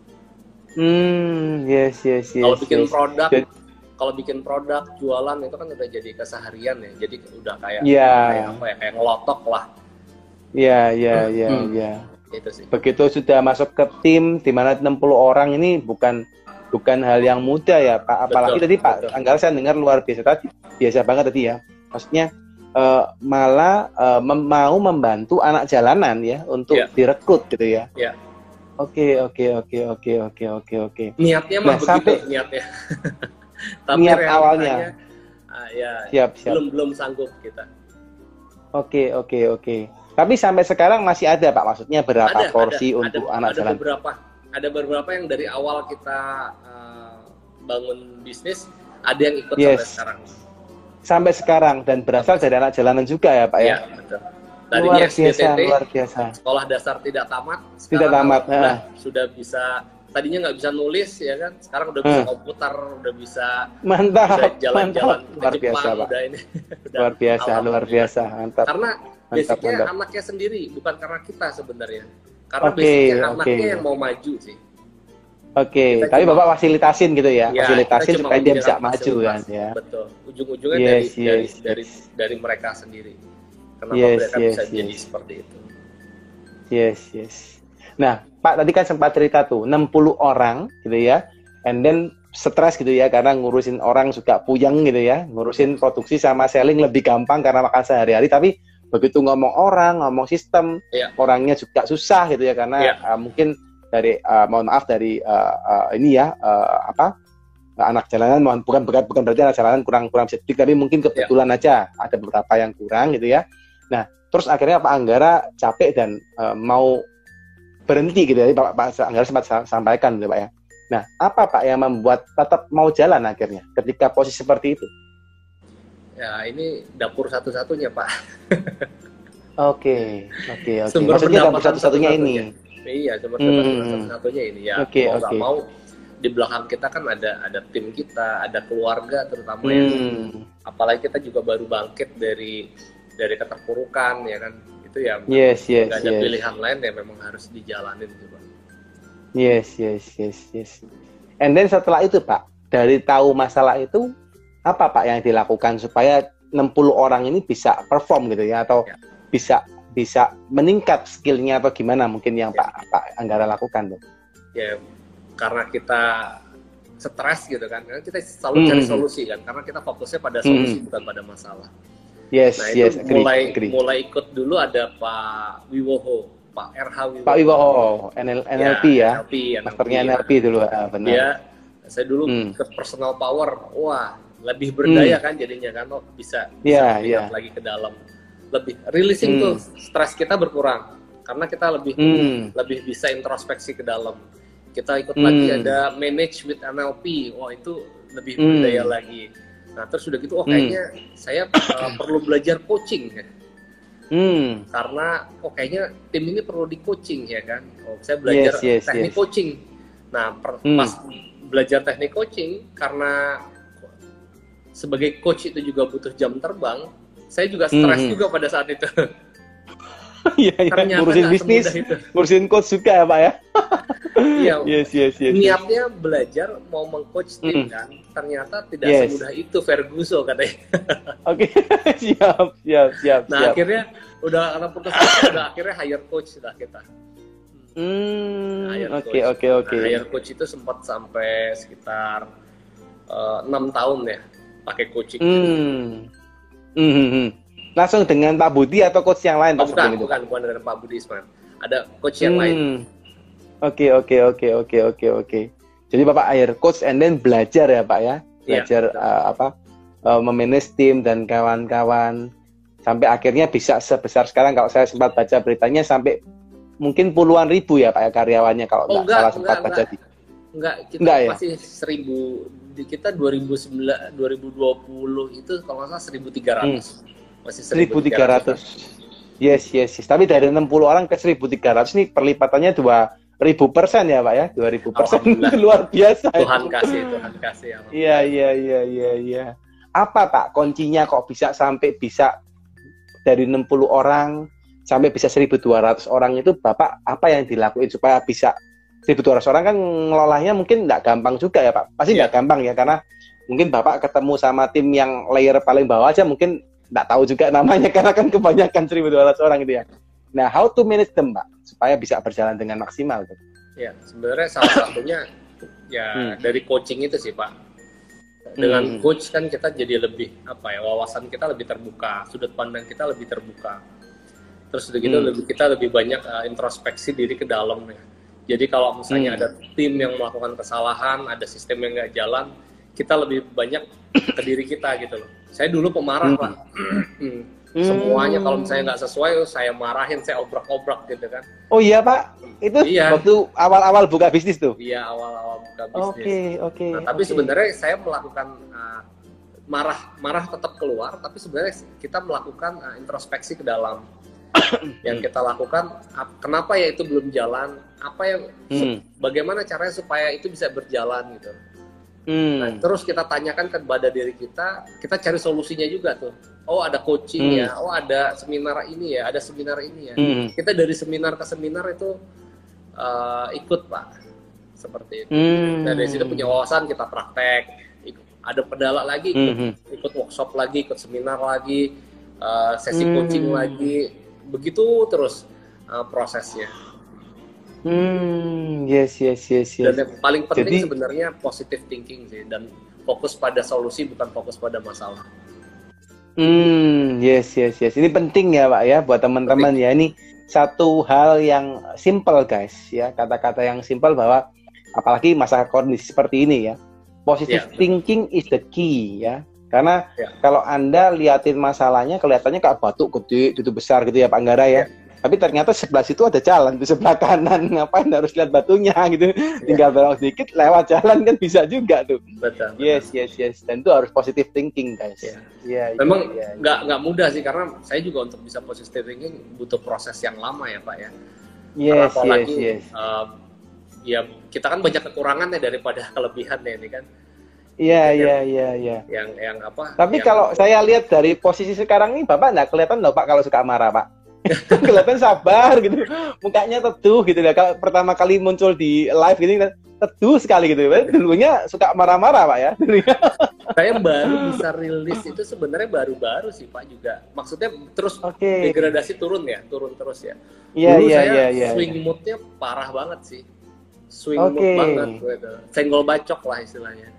Hmm, yes, yes, yes. Kalau bikin yes. produk, Jadi, kalau bikin produk jualan itu kan udah jadi keseharian ya. Jadi udah kayak yeah. kayak apa ya, kayak ngelotok lah. Iya, iya, iya, Hmm. iya. Itu sih. Begitu sudah masuk ke tim di mana enam puluh orang ini bukan bukan hal yang mudah ya, Pak. Apalagi Betul, tadi Pak betul. Anggara saya dengar luar biasa tadi, biasa banget tadi ya. Maksudnya eh, malah eh, mem- mau membantu anak jalanan ya untuk Iya. direkrut gitu ya. Iya. Oke, oke, oke, oke, oke, oke, oke. Niatnya Nah, mah begitu sampai- niatnya. Tapi Niat realitanya, awalnya. ah, ya Siap, siap. belum belum sanggup kita. Oke, oke, oke. Tapi sampai sekarang masih ada Pak, maksudnya berapa Ada, porsi ada, untuk ada, anak ada jalan? beberapa, ada beberapa yang dari awal kita uh, bangun bisnis, ada yang ikut Yes. sampai sekarang. Sampai sekarang dan berasal dari anak jalanan juga ya Pak ya? Ya, betul. Tadinya Luar S D biasa, T T, luar biasa. sekolah dasar tidak tamat, Tidak sekarang tamat, alhamdulillah nah. sudah bisa. Tadinya nggak bisa nulis ya kan, sekarang udah bisa Hmm. komputer, udah bisa Mantap, udah jalan-jalan mantap. ke Luar Jepang, biasa Pak. udah ini. udah Luar biasa, luar alhamdulillah. biasa, mantap. Karena Mantap, basicnya mantap. anaknya sendiri, bukan karena kita sebenarnya. Karena Oke, basicnya oke. anaknya yang mau maju sih. Oke, Kita tapi cuma- Bapak fasilitasin gitu ya, Ya, fasilitasin kita cuma supaya dia bisa memberikan maju kan fasilitas. ya. Betul. Ujung-ujungnya Yes, dari, yes, dari yes. dari dari mereka sendiri. Kenapa Yes, mereka yes, bisa jadi yes. seperti itu? Yes, yes. Nah, Pak tadi kan sempat cerita tuh enam puluh orang gitu ya. And then stres gitu ya karena ngurusin orang suka puyeng gitu ya. Ngurusin produksi sama selling lebih gampang karena makan sehari-hari, tapi begitu ngomong orang, ngomong sistem, Iya. orangnya juga susah gitu ya karena Iya. uh, mungkin dari uh, mohon maaf dari uh, uh, ini ya uh, apa uh, anak jalanan mohon bukan bukan bukan berarti anak jalanan kurang kurang bisa didik, tapi mungkin kebetulan aja ada beberapa yang kurang gitu ya. Nah, terus akhirnya Pak Anggara capek dan uh, mau berhenti gitu ya. Pak, Pak Anggara sempat sa- sampaikan gitu Pak ya. Nah, apa Pak yang membuat tetap mau jalan akhirnya ketika posisi seperti itu? Ya, ini dapur satu-satunya, Pak. Oke, oke, oke. Sumber Maksudnya dapur pendapatan satu-satunya ini. Iya, sumber Hmm. pendapatan satu-satunya ini ya. Oke, mau nggak oke. mau di belakang kita kan ada ada tim kita, ada keluarga terutama yang Hmm. apalagi kita juga baru bangkit dari dari keterpurukan ya kan. Itu ya Yes, yes, nggak ada yes. pilihan lain ya, memang harus dijalanin gitu, Pak. Yes, yes, yes, yes. And then setelah itu Pak, dari tahu masalah itu, apa Pak yang dilakukan supaya enam puluh orang ini bisa perform gitu ya, atau Ya. bisa bisa meningkat skillnya atau gimana mungkin yang Ya. Pak Pak Anggara lakukan tuh? Ya karena kita stres gitu kan, karena kita selalu cari Hmm. solusi kan, karena kita fokusnya pada solusi Hmm. bukan pada masalah. Yes, Nah itu yes, agree, mulai agree. mulai ikut dulu ada Pak Wiwoho, Pak R H Wiwoho. Pak Wibowo, N L, N L P ya, N L P, masternya N L P dulu, ah, benar. Dia, saya dulu Hmm. ke personal power, wah lebih berdaya kan jadinya kan, oh, bisa Iya, bisa iya. lihat lagi ke dalam, lebih releasing Hmm. tuh stres kita berkurang karena kita lebih Hmm. lebih bisa introspeksi ke dalam. Kita ikut Hmm. lagi ada manage with N L P, wah itu lebih Hmm. berdaya lagi. Nah terus udah gitu, oh Hmm. kayaknya saya uh, perlu belajar coaching ya. Hmm. Karena oh kayaknya tim ini perlu di coaching ya kan. Oh saya belajar Yes, yes, teknik yes. coaching. Nah per- Hmm. pas belajar teknik coaching karena sebagai coach itu juga butuh jam terbang, saya juga stres Hmm. juga pada saat itu. Iya, iya, Ternyata ngurusin nggak bisnis, semudah itu. ngurusin coach juga ya Pak ya. Iya. Yes, yes, yes. yes. Niatnya belajar mau meng-coach tim Hmm. kan, ternyata tidak Yes. semudah itu Ferguson katanya. Oke, siap, siap, siap, Nah siap. akhirnya udah karena putus asa, udah akhirnya hire coach lah kita. Hmm, Hire oke, coach. oke, oke. Nah, hire coach itu sempat sampai sekitar eh, enam tahun ya pakai coaching. Hmm. Hmm, hmm, hmm. Langsung dengan Pak Budi atau coach yang lain Oh, Pak bukan, sebelum itu? bukan, bukan dengan Pak Budi Isman. Ada coach yang lain. Hmm. Oke, oke, oke, oke, oke, oke. Jadi Bapak hire coach and then belajar ya Pak ya, Iya, belajar betul. uh, apa, uh, memanage tim dan kawan-kawan sampai akhirnya bisa sebesar sekarang. Kalau saya sempat baca beritanya sampai mungkin puluhan ribu ya Pak ya karyawannya kalau Oh, nggak enggak, salah sempat enggak, baca enggak. di. Enggak, kita Enggak ya? masih seribu. Di kita dua ribu sembilan, dua ribu dua puluh itu kalau nggak salah seribu tiga ratus. Masih seribu tiga ratus. Yes, yes, yes. Tapi dari enam puluh orang ke seribu tiga ratus ini perlipatannya dua ribu persen ya Pak ya, dua ribu persen Alhamdulillah. luar biasa. Tuhan kasih, Tuhan kasih. Iya, iya, iya, iya, iya. Apa Pak kuncinya kok bisa sampai bisa dari enam puluh orang sampai bisa seribu dua ratus orang itu Bapak apa yang dilakuin supaya bisa seribu dua ratus orang kan ngelolanya mungkin nggak gampang juga ya Pak. Pasti nggak Iya. gampang ya karena mungkin Bapak ketemu sama tim yang layer paling bawah aja mungkin nggak tahu juga namanya karena kan kebanyakan seribu dua ratus orang gitu ya. Nah, how to manage them Pak supaya bisa berjalan dengan maksimal gitu. Ya, sebenarnya salah satunya ya Hmm. dari coaching itu sih Pak. Dengan Hmm. coach kan kita jadi lebih apa ya, wawasan kita lebih terbuka, sudut pandang kita lebih terbuka. Terus udah gitu Hmm. lebih kita lebih banyak uh, introspeksi diri ke dalam ya. Jadi kalau misalnya Hmm. ada tim yang melakukan kesalahan, ada sistem yang nggak jalan, kita lebih banyak ke diri kita gitu loh. Saya dulu pemarah Hmm. Pak. Hmm. Hmm. Semuanya kalau misalnya nggak sesuai, saya marahin, saya obrak-obrak gitu kan. Oh iya Pak, itu Iya. waktu awal-awal buka bisnis tuh. Iya, awal-awal buka Oke, bisnis. oke. Nah, tapi oke. sebenarnya saya melakukan uh, marah, marah tetap keluar, tapi sebenarnya kita melakukan uh, introspeksi ke dalam. Yang kita lakukan, ap- kenapa ya itu belum jalan? Apa yang, Hmm. bagaimana caranya supaya itu bisa berjalan gitu. Hmm. Nah, terus kita tanyakan kepada diri kita, kita cari solusinya juga tuh. Oh ada coaching Hmm. ya, oh ada seminar ini ya, ada seminar ini ya. Hmm. Kita dari seminar ke seminar itu uh, ikut Pak, seperti itu. Hmm. Nah, dari situ punya wawasan kita praktek. Ikut, ada pedala lagi, ikut, Hmm. ikut workshop lagi, ikut seminar lagi, uh, sesi Hmm. coaching lagi, begitu terus uh, prosesnya. Hmm. Yes, yes, yes, yes. Dan yang paling penting Jadi- sebenarnya positive thinking sih, dan fokus pada solusi bukan fokus pada masalah. Hmm. Yes, yes, yes. Ini penting ya Pak ya buat teman-teman ya. Ini satu hal yang simple guys ya. Kata-kata yang simple bahwa apalagi masa kondisi seperti ini ya. Positive Ya. thinking is the key ya. Karena Ya. kalau Anda liatin masalahnya kelihatannya kayak batu gede, itu besar gitu ya Pak Anggara ya. Tapi ternyata sebelah situ ada jalan, di sebelah kanan. Ngapain harus lihat batunya gitu. Tinggal belok sedikit lewat jalan kan bisa juga tuh. Betul. Yes, yes, yes. Dan itu harus positive thinking guys. Ya. Iya, iya, Memang iya, iya. nggak nggak mudah sih, karena saya juga untuk bisa positive thinking butuh proses yang lama ya Pak ya. Karena Yes, yes, apalagi yes. um, ya kita kan banyak kekurangannya daripada kelebihannya ini kan. Iya, iya, iya, iya. Yang yang apa? Tapi yang- kalau saya lihat dari posisi sekarang ini, Bapak nggak kelihatan loh Pak kalau suka marah Pak. Kelihatan sabar gitu, mukanya teduh gitu ya. Kalau pertama kali muncul di live gini teduh sekali gitu. Dulunya suka marah-marah Pak ya. Dulunya. saya baru bisa rilis itu sebenarnya baru-baru sih Pak juga. Maksudnya terus Oke. degradasi turun ya, turun terus ya. Iya, Dulu iya, saya iya, iya. swing moodnya parah banget sih. Swing Oke. mood banget gitu. Senggol bacok lah istilahnya.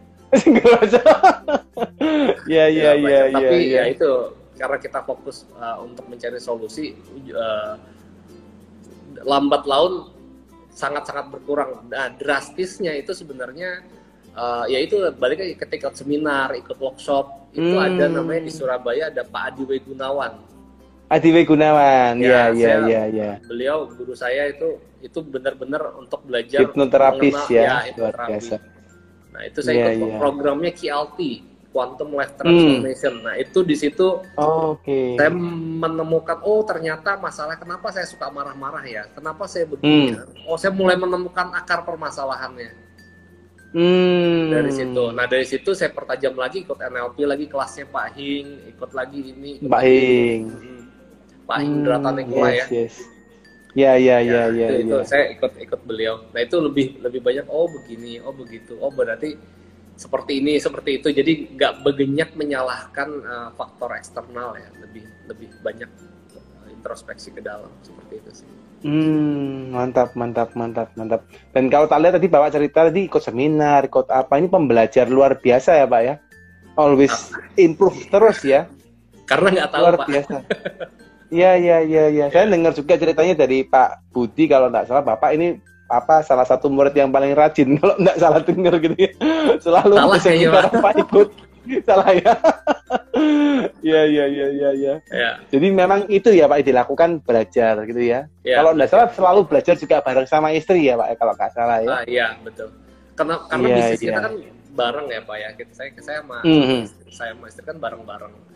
Iya, iya, Ya, iya, bacok. iya. Tapi iya. ya itu karena kita fokus uh, untuk mencari solusi, uh, lambat laun sangat-sangat berkurang. Nah, drastisnya itu sebenarnya uh, ya itu balik lagi ketika ikut seminar, ikut workshop, itu Hmm. ada namanya di Surabaya ada Pak Adi W. Gunawan. Adi W. Gunawan. Iya, Ya, iya, saya- iya, iya. Beliau guru saya itu itu benar-benar untuk belajar Hipnoterapis mengenal- ya, luar hipnoterapi. biasa. Nah, itu saya Iya, ikut iya. programnya Q L T, Quantum Life Hmm. Transformation. Nah, itu di situ Oke. saya menemukan, oh ternyata masalah kenapa saya suka marah-marah ya, kenapa saya begini Hmm. ya? Oh, saya mulai menemukan akar permasalahannya Hmm. dari situ. Nah, dari situ saya pertajam lagi, ikut N L P lagi, kelasnya Pak Hing, ikut lagi ini, ikut Mbak lagi ini. Hing. Hmm. Pak Hing Dratanegula yes, ya. yes. Ya, ya, ya, ya, itu, itu ya. saya ikut ikut beliau. Nah, itu lebih lebih banyak, oh begini, oh begitu, oh berarti seperti ini, seperti itu. Jadi nggak begenyak menyalahkan uh, faktor eksternal ya, lebih lebih banyak uh, introspeksi ke dalam, seperti itu sih. Hmm, mantap, mantap, mantap, mantap. Dan kalau tak lihat tadi Bapak cerita tadi ikut seminar, ikut apa, ini pembelajar luar biasa ya Pak ya. Always improve terus ya. Karena nggak tahu Luar Pak. biasa. Iya, iya, iya, iya. Saya dengar juga ceritanya dari Pak Budi kalau nggak salah Bapak ini apa salah satu murid yang paling rajin kalau nggak salah dengar gitu ya. Selalu Salah ada seminar kayaknya, apa ikut. Salah ya. Iya, iya, iya, iya, iya. Ya, Jadi memang itu ya Pak dilakukan belajar gitu ya. ya. Kalau nggak salah selalu belajar juga bareng sama istri ya Pak ya, kalau nggak salah ya. Ah, iya betul. Karena karena Iya, bisnis kita iya. kan bareng ya Pak ya. Kita saya saya sama Mhm. istri- saya sama istri kan bareng-bareng.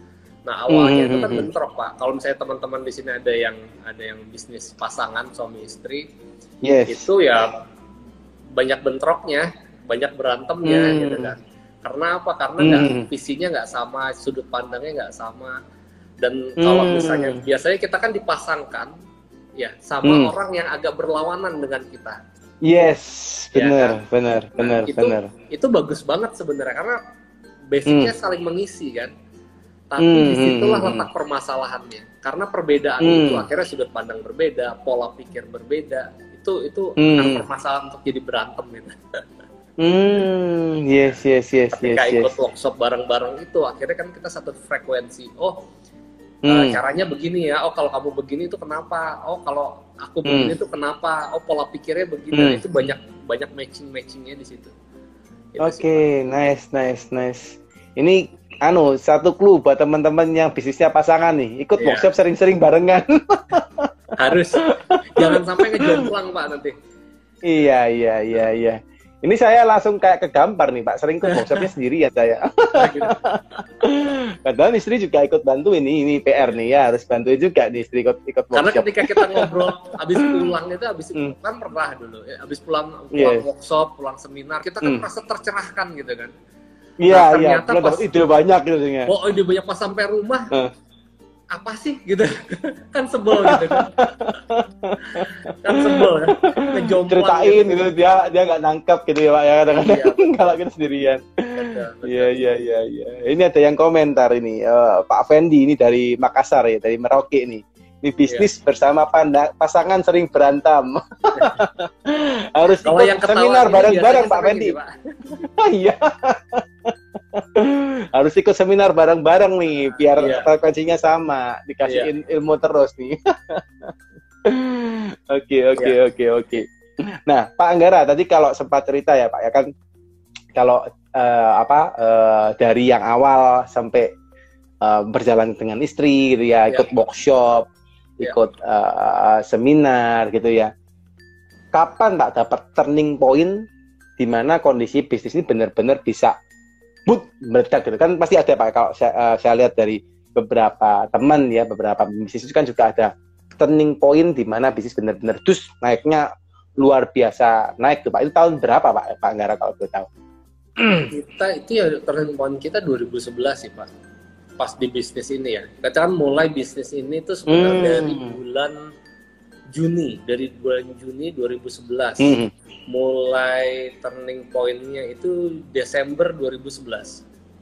Nah awalnya Hmm, itu hmm, kan hmm. bentrok Pak. Kalau misalnya teman-teman di sini ada yang ada yang bisnis pasangan suami istri, Yes. itu ya banyak bentroknya, banyak berantemnya Hmm. gitu kan. Karena apa? Karena nggak Hmm. visinya nggak sama, sudut pandangnya nggak sama. Dan kalau Hmm. misalnya biasanya kita kan dipasangkan ya sama Hmm. orang yang agak berlawanan dengan kita. Yes, Ya benar, kan? benar, Nah, benar, itu benar. itu bagus banget sebenarnya karena basicnya Hmm. saling mengisi kan. Tapi Hmm, disitulah hmm, letak permasalahannya. Karena perbedaan Hmm. itu akhirnya sudut pandang berbeda, pola pikir berbeda. Itu itu Hmm. akan permasalahan untuk jadi berantem gitu. Hmm, yes, yes, yes, yes, Ketika yes. ikut workshop bareng-barang itu akhirnya kan kita satu frekuensi. Oh, Hmm. uh, caranya begini ya. Oh, kalau kamu begini itu kenapa? Oh, kalau aku begini Hmm. itu kenapa? Oh, pola pikirnya begini. Hmm. Nah, itu banyak banyak matching-matchingnya di situ. Itu Oke, sih, Pak. nice, nice, nice. Ini anu satu clue buat teman-teman yang bisnisnya pasangan nih, ikut Iya. workshop sering-sering barengan. Harus jangan sampai ngejomplang Pak nanti. Iya, iya, iya, iya. Ini saya langsung kayak kegampar nih, Pak. Sering ikut workshopnya sendirian saya. Gitu. Padahal istri juga ikut bantu ini, ini P R nih ya, harus bantuin juga nih istri ikut ikut Karena workshop. ketika kita ngobrol abis pulang itu abis Hmm. kan pernah dulu ya, abis pulang pulang Yes. workshop, pulang seminar, kita kan Hmm. merasa tercerahkan gitu kan. Iya, Nah, iya. ternyata Belum pas- dapat ide banyak gitu ya. Oh, ide banyak pas sampai rumah. Hmm. Apa sih gitu. Kan sebel gitu kan. Kan sebel kan. Ngejomplang Ceritain gitu. gitu, dia dia nggak nangkep gitu ya, Pak ya, kadang-kadang Iya, betul. kalau kita sendirian. Betul, betul. Iya, iya, iya, iya. Ini ada yang komentar ini, eh, Pak Fendi ini dari Makassar ya, dari Merauke nih. Ini bisnis bersama panda, pasangan sering berantem. Harus Kalau ikut yang ketawa seminar ini bareng-bareng biasanya Pak sering Fendi. gini, Pak. Iya. Harus ikut seminar bareng-bareng nih, biar Iya. frekuensinya sama, dikasih Iya. il- ilmu terus nih. Oke, oke, Iya. oke, oke. Nah, Pak Anggara tadi kalau sempat cerita ya, Pak, ya kan kalau eh, apa eh, dari yang awal sampai eh, berjalan dengan istri gitu ya, Iya. ikut workshop, Iya. ikut eh, seminar gitu ya. Kapan Pak dapat turning point di mana kondisi bisnis ini benar-benar bisa boot meledak gitu kan, pasti ada Pak. Kalau saya, eh, saya lihat dari beberapa teman ya, beberapa bisnis itu kan juga ada turning point di mana bisnis benar-benar dus naiknya luar biasa naik tuh Pak. Itu tahun berapa Pak Pak Anggara kalau boleh tahu? Kita itu ya turning point kita dua ribu sebelas sih Pak. Pas di bisnis ini ya. Kita kan mulai bisnis ini tuh sebenarnya Hmm. dari bulan Juni, dari bulan Juni dua ribu sebelas. Hmm. Mulai turning point-nya itu Desember dua ribu sebelas.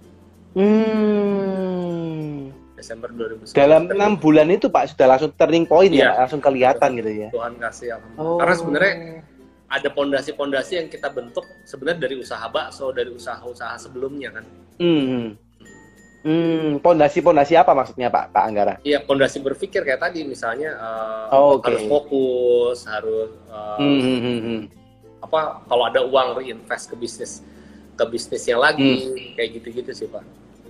Hmm. Desember dua ribu sebelas. Dalam enam bulan itu Pak sudah langsung turning point Iya. ya, Pak? Langsung kelihatan gitu ya. Tuhan kasih alhamdulillah. Oh. Karena sebenarnya ada pondasi-pondasi yang kita bentuk sebenarnya dari usaha bakso, dari usaha-usaha sebelumnya kan. Hmm. Hmm, pondasi-pondasi apa maksudnya Pak Pak Anggara? Iya, pondasi berpikir kayak tadi misalnya uh, Oh, oke. harus fokus, harus uh, Hmm, hmm, hmm, hmm. apa kalau ada uang reinvest ke bisnis ke bisnisnya lagi, kayak gitu-gitu sih Pak.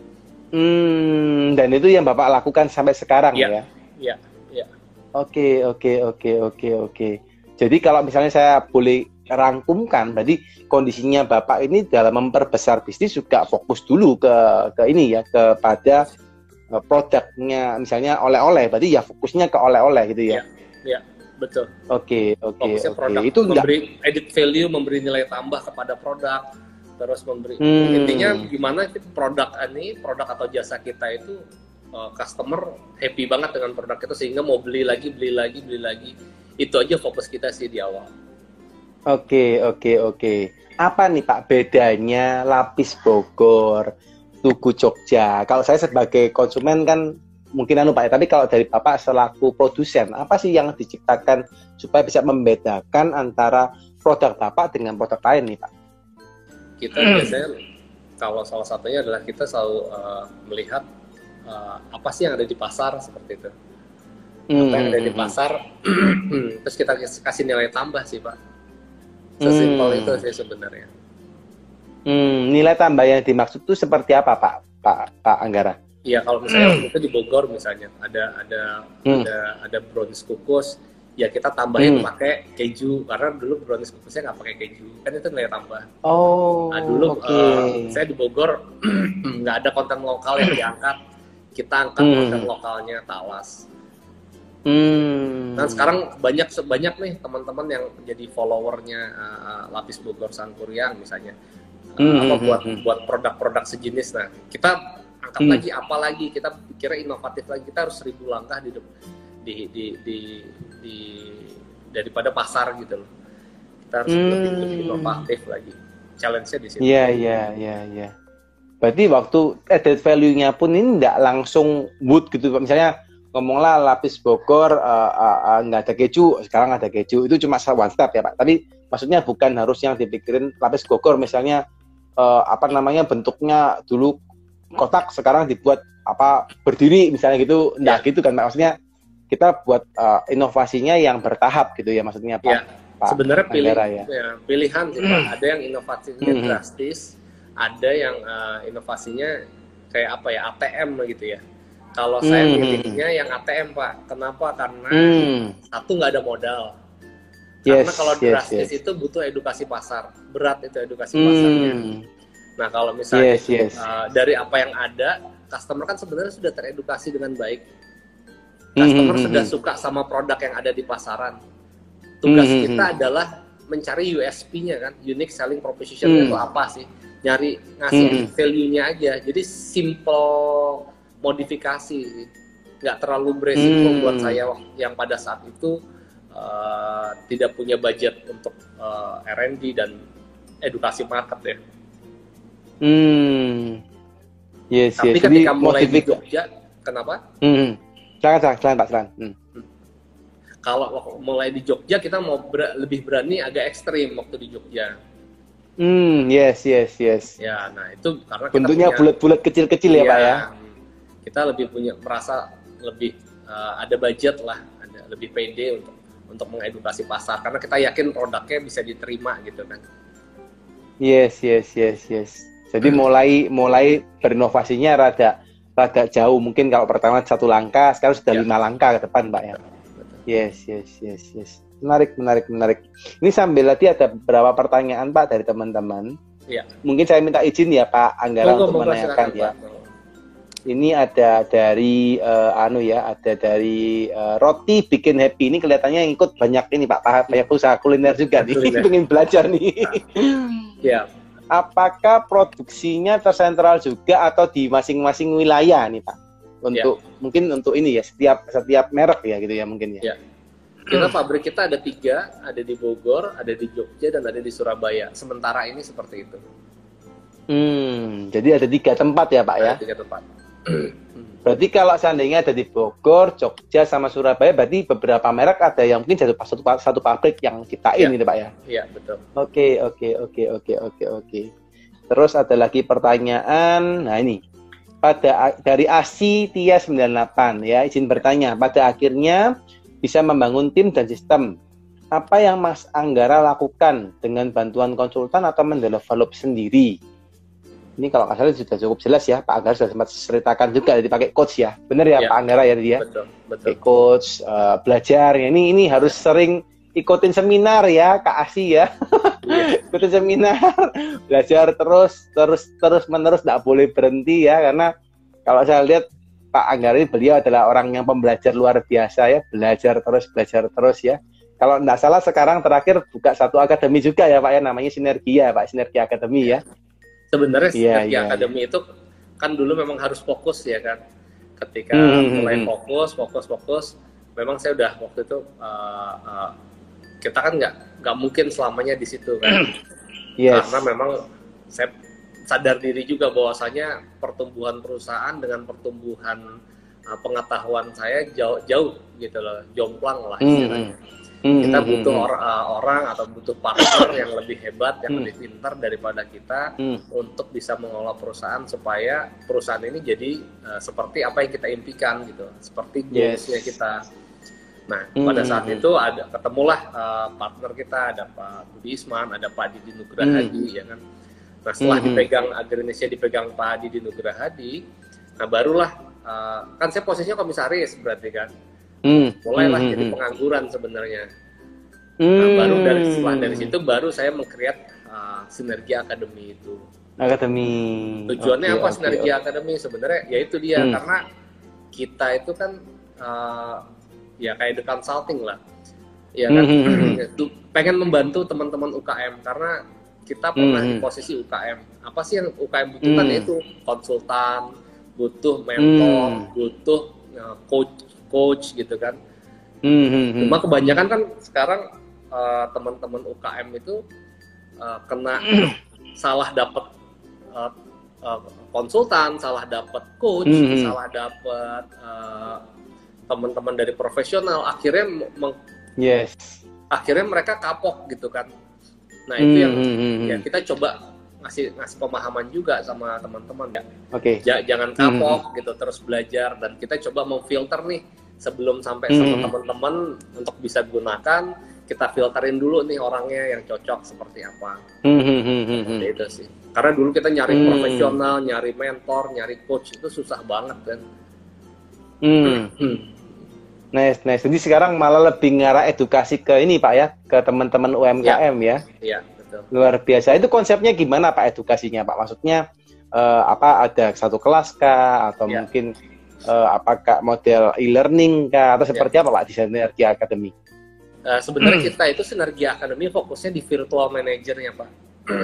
Hmm, dan itu yang Bapak lakukan sampai sekarang Iya. ya? Iya, iya. Oke, oke, oke, oke, oke. Jadi kalau misalnya saya boleh rangkumkan, berarti kondisinya Bapak ini dalam memperbesar bisnis juga fokus dulu ke ke ini ya, kepada eh, produknya, misalnya oleh-oleh, berarti ya fokusnya ke oleh-oleh gitu ya? Iya, betul. Oke, oke, Fokusnya oke. produk, Itu enggak. memberi edit value, memberi nilai tambah kepada produk, terus memberi Hmm. intinya gimana sih produk ini, produk atau jasa kita itu uh, customer happy banget dengan produk itu sehingga mau beli lagi, beli lagi, beli lagi. Itu aja fokus kita sih di awal. Oke, oke, oke. Apa nih Pak bedanya Lapis Bogor, Tugu Jogja? Kalau saya sebagai konsumen kan mungkin anu Pak, tapi kalau dari Bapak selaku produsen, apa sih yang diciptakan supaya bisa membedakan antara produk Bapak dengan produk lain nih Pak? Kita biasanya kalau salah satunya adalah kita selalu uh, melihat uh, apa sih yang ada di pasar seperti itu. Apa yang ada di pasar, terus kita kasih nilai tambah sih Pak. Sesimpel Hmm. itu sih sebenarnya. Hmm, nilai tambah yang dimaksud itu seperti apa Pak? Pak Pak Anggara? Iya, kalau misalnya waktu itu di Bogor misalnya ada ada Hmm. ada ada brownies kukus, ya kita tambahin Hmm. pakai keju karena dulu brownies kukusnya nggak pakai keju, kan itu nilai tambah. Oh, Nah dulu oke. eh, saya di Bogor nggak ada konten lokal yang diangkat, kita angkat Hmm. produk lokalnya Talas. Hmm. Nah sekarang banyak sebanyak nih teman-teman yang menjadi followernya uh, Lapis Bogor Sangkuriang misalnya, uh, Hmm, apa hmm, buat hmm. buat produk-produk sejenis. Nah kita angkat Hmm. lagi apa lagi, kita pikirnya inovatif lagi, kita harus seribu langkah di di di di, di daripada pasar gitu loh. Kita harus Hmm. lebih, lebih inovatif lagi. Challenge-nya di situ. Iya, iya, iya, iya. Berarti waktu added value-nya pun ini nggak langsung wood gitu. Misalnya ngomonglah Lapis Bogor uh, uh, uh, nggak ada keju, sekarang ada keju. Itu cuma one step ya Pak. Tapi maksudnya bukan harus yang dipikirin Lapis Bogor misalnya uh, apa namanya bentuknya dulu kotak, sekarang dibuat apa berdiri misalnya gitu. Nggak Ya. gitu kan Pak. Maksudnya kita buat uh, inovasinya yang bertahap gitu ya maksudnya Pak. Ya. Pak Sebenarnya pilih, Anggara, ya. ya, pilihan sih Pak. Ada yang inovasinya Hmm. drastis, ada yang uh, inovasinya kayak apa ya A T M gitu ya. Kalau saya Hmm. milihnya yang A T M Pak. Kenapa? Karena Hmm. satu nggak ada modal. Yes, Karena kalau yes, drastis yes. itu butuh edukasi pasar, berat itu edukasi pasarnya. Hmm. Nah kalau misalnya Yes, yes. uh, dari apa yang ada, customer kan sebenarnya sudah teredukasi dengan baik. Customer Hmm, sudah hmm, suka sama produk yang ada di pasaran. Tugas Hmm, kita hmm. adalah mencari U S P-nya kan, unique selling proposition-nya Hmm. itu apa sih? Nyari ngasih Hmm. value-nya aja. Jadi simple modifikasi, nggak terlalu beresiko Hmm. buat saya yang pada saat itu uh, tidak punya budget untuk uh, R and D dan edukasi market ya. Hmm. Yes, Tapi yes. ketika mulai di modifik- Jogja, kenapa? Hmm. Silakan, silakan, silakan, Pak, silakan. Hmm. Kalau waktu mulai di Jogja kita mau ber- lebih berani agak ekstrim waktu di Jogja. Hmm, yes, yes, yes. Ya, nah itu karena kita Bentuknya punya- bulat-bulat kecil-kecil ya, Iya, Pak ya. Kita lebih punya merasa lebih uh, ada budget lah, ada lebih pede untuk untuk mengedukasi pasar karena kita yakin produknya bisa diterima gitu kan. Yes, yes, yes, yes. Jadi mulai mulai berinovasinya rada rada jauh. Mungkin kalau pertama satu langkah, sekarang sudah Ya. lima langkah ke depan, Pak ya. Betul. Yes, yes, yes, yes. Menarik, menarik, menarik. Ini sambil tadi ada beberapa pertanyaan Pak dari teman-teman. Iya. Mungkin saya minta izin ya Pak Anggara Monggo, untuk monggo, menanyakan silakan, ya. Pak. Ini ada dari eh, anu ya, ada dari eh, Roti Bikin Happy. Ini kelihatannya yang ikut banyak ini Pak, banyak usaha kuliner juga nih. Kuliner. Pengen belajar nih. Ya, Apakah produksinya tersentral juga atau di masing-masing wilayah nih Pak? Untuk mungkin untuk ini ya, setiap setiap merek ya gitu ya mungkin ya. Ya. Kita pabrik kita ada tiga, ada di Bogor, ada di Jogja, dan ada di Surabaya. Sementara ini seperti itu. Hmm, jadi ada tiga tempat ya Pak ya. Ada tiga tempat. Berarti kalau seandainya ada di Bogor, Jogja, sama Surabaya, berarti beberapa merek ada yang mungkin satu satu, satu pabrik yang ciptain Ya. gitu Pak ya. Iya, betul. Oke, oke, oke, oke, oke, oke. Terus ada lagi pertanyaan. Nah ini pada dari Asi Tia sembilan delapan ya, izin bertanya. Pada akhirnya bisa membangun tim dan sistem. Apa yang Mas Anggara lakukan dengan bantuan konsultan atau mendevelop sendiri? Ini kalau nggak salah sudah cukup jelas ya, Pak Anggara sudah sempat ceritakan juga dipakai coach ya. Benar ya, Ya. Pak Anggara ya tadi ya? Betul, betul. Pakai coach, uh, belajar. Ini ini harus sering ikutin seminar ya, Kak Asi ya. Iya. Ikutin seminar, belajar terus, terus, terus menerus, nggak boleh berhenti ya, karena kalau saya lihat Pak Anggara ini beliau adalah orang yang pembelajar luar biasa ya, belajar terus, belajar terus ya. Kalau nggak salah sekarang terakhir buka satu akademi juga ya Pak ya, namanya Sinergi ya Pak, Sinergi Akademi ya. Sebenarnya Iya, Sinergi iya, Akademi itu kan dulu memang harus fokus ya kan. Ketika Hmm, mulai hmm. fokus, fokus, fokus, memang saya udah waktu itu uh, uh, kita kan nggak nggak mungkin selamanya di situ kan. Yes. Karena memang saya sadar diri juga bahwasanya pertumbuhan perusahaan dengan pertumbuhan uh, pengetahuan saya jauh jauh gitu loh, jomplang lah Hmm, istilahnya. hmm, Kita hmm, butuh hmm, or- uh, orang atau butuh partner yang lebih hebat, yang Hmm. lebih pintar daripada kita hmm. untuk bisa mengelola perusahaan supaya perusahaan ini jadi uh, seperti apa yang kita impikan gitu, seperti goals-nya Yes. kita. Nah, Hmm, pada hmm, saat hmm. itu ada ketemulah uh, partner kita, ada Pak Budi Isman, ada Pak Didi Nugraha Hmm. Hadi, ya kan. Nah, setelah Hmm, hmm. dipegang Agraindonesia dipegang Pak Didi Nugraha Hadi, nah barulah uh, kan saya posisinya komisaris berarti kan, Hmm, mulailah hmm, jadi hmm, pengangguran sebenarnya. hmm. Nah, baru dari setelah dari situ baru saya meng-create uh, Sinergi Akademi itu. Akademi. Tujuannya Oke, apa oke, Sinergi oke. Akademi? Sebenarnya ya itu dia, Hmm. karena kita itu kan uh, ya kayak the consulting lah, ya kan, itu pengen membantu teman-teman U K M karena kita pernah mm-hmm. di posisi U K M. Apa sih yang U K M butuhkan? Mm. Yaitu konsultan, butuh mentor, mm. butuh uh, coach, coach gitu kan. Mm-hmm. Cuma kebanyakan kan sekarang uh, teman-teman U K M itu uh, kena salah dapat uh, uh, konsultan, salah dapat coach, mm-hmm. salah dapat uh, teman-teman dari profesional, akhirnya meng- yes. akhirnya mereka kapok gitu kan. Nah itu yang mm-hmm. ya kita coba ngasih ngasih pemahaman juga sama teman-teman ya. Oke. Okay. J- jangan kapok mm-hmm. gitu, terus belajar, dan kita coba memfilter nih sebelum sampai mm-hmm. sama teman-teman untuk bisa gunakan, kita filterin dulu nih orangnya yang cocok seperti apa. Mm-hmm. Seperti itu sih. Karena dulu kita nyari mm-hmm. profesional, nyari mentor, nyari coach itu susah banget kan. Mm. Nice, nice. Jadi sekarang malah lebih ngarah edukasi ke ini Pak ya, ke teman-teman U M K M ya. Iya, betul. Luar biasa. Itu konsepnya gimana Pak edukasinya Pak? Maksudnya uh, apa ada satu kelas kah atau ya. mungkin uh, apakah model e-learning kah atau seperti ya. apa Pak di Sinergi Academy? Uh, sebenarnya kita itu Sinergi Academy fokusnya di virtual manager-nya Pak.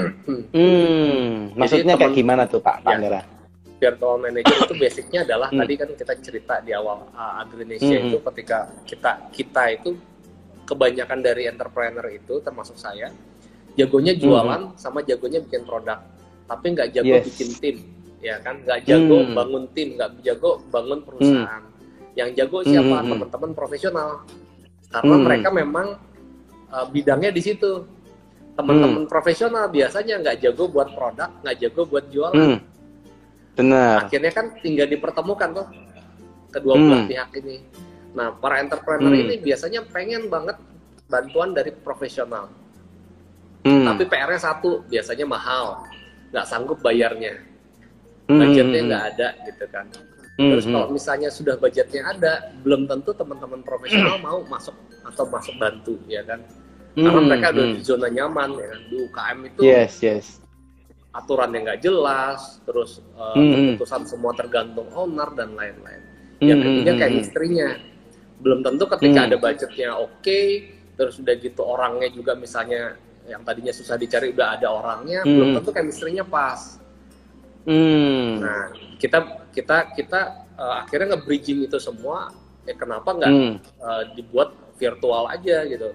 hmm, maksudnya teman, kayak gimana tuh Pak Panggera? Ya. Virtual manager itu basicnya adalah hmm. tadi kan kita cerita di awal uh, Agrinesia hmm. itu ketika kita kita itu kebanyakan dari entrepreneur itu termasuk saya jagonya jualan hmm. sama jagonya bikin produk, tapi nggak jago yes. bikin tim, ya kan, nggak jago hmm. bangun tim, nggak jago bangun perusahaan. Hmm. Yang jago siapa? Hmm. Teman-teman profesional, karena hmm. mereka memang uh, bidangnya di situ. Teman-teman hmm. profesional biasanya nggak jago buat produk, nggak jago buat jualan. Hmm. Benar. Akhirnya kan tinggal dipertemukan tuh kedua hmm. belah pihak ini. Nah, para entrepreneur hmm. ini biasanya pengen banget bantuan dari profesional. Hmm. Tapi P R-nya satu, biasanya mahal, nggak sanggup bayarnya, budgetnya nggak ada gitu kan. Terus hmm. kalau misalnya sudah budgetnya ada, belum tentu teman-teman profesional mau masuk atau masuk bantu, ya kan? Karena hmm. mereka udah di zona nyaman, ya kan? Di U K M itu. Yes, yes. Aturan yang nggak jelas, terus uh, mm-hmm. keputusan semua tergantung owner dan lain-lain. Yang mm-hmm. ketiga kayak istrinya, belum tentu ketika mm-hmm. ada budgetnya oke, okay, terus udah gitu orangnya juga misalnya yang tadinya susah dicari udah ada orangnya, mm-hmm. belum tentu kayak istrinya pas. Mm-hmm. Nah kita kita kita uh, akhirnya nge-bridging itu semua, ya kenapa nggak mm-hmm. uh, dibuat virtual aja gitu.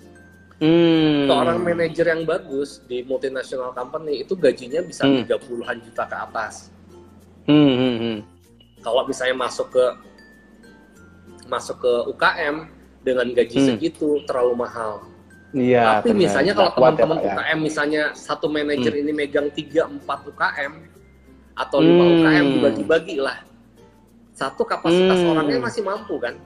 Hmm. Seorang manajer yang bagus di multinational company itu gajinya bisa hmm. tiga puluhan juta ke atas. Hmm, hmm, hmm. Kalau misalnya masuk ke masuk ke U K M dengan gaji hmm. segitu terlalu mahal. Iya. Tapi benar. Misalnya kalau teman-teman ya, U K M misalnya satu manajer hmm. ini megang tiga empat U K M atau lima hmm. U K M dibagi-bagi lah. Satu kapasitas hmm. orangnya masih mampu kan?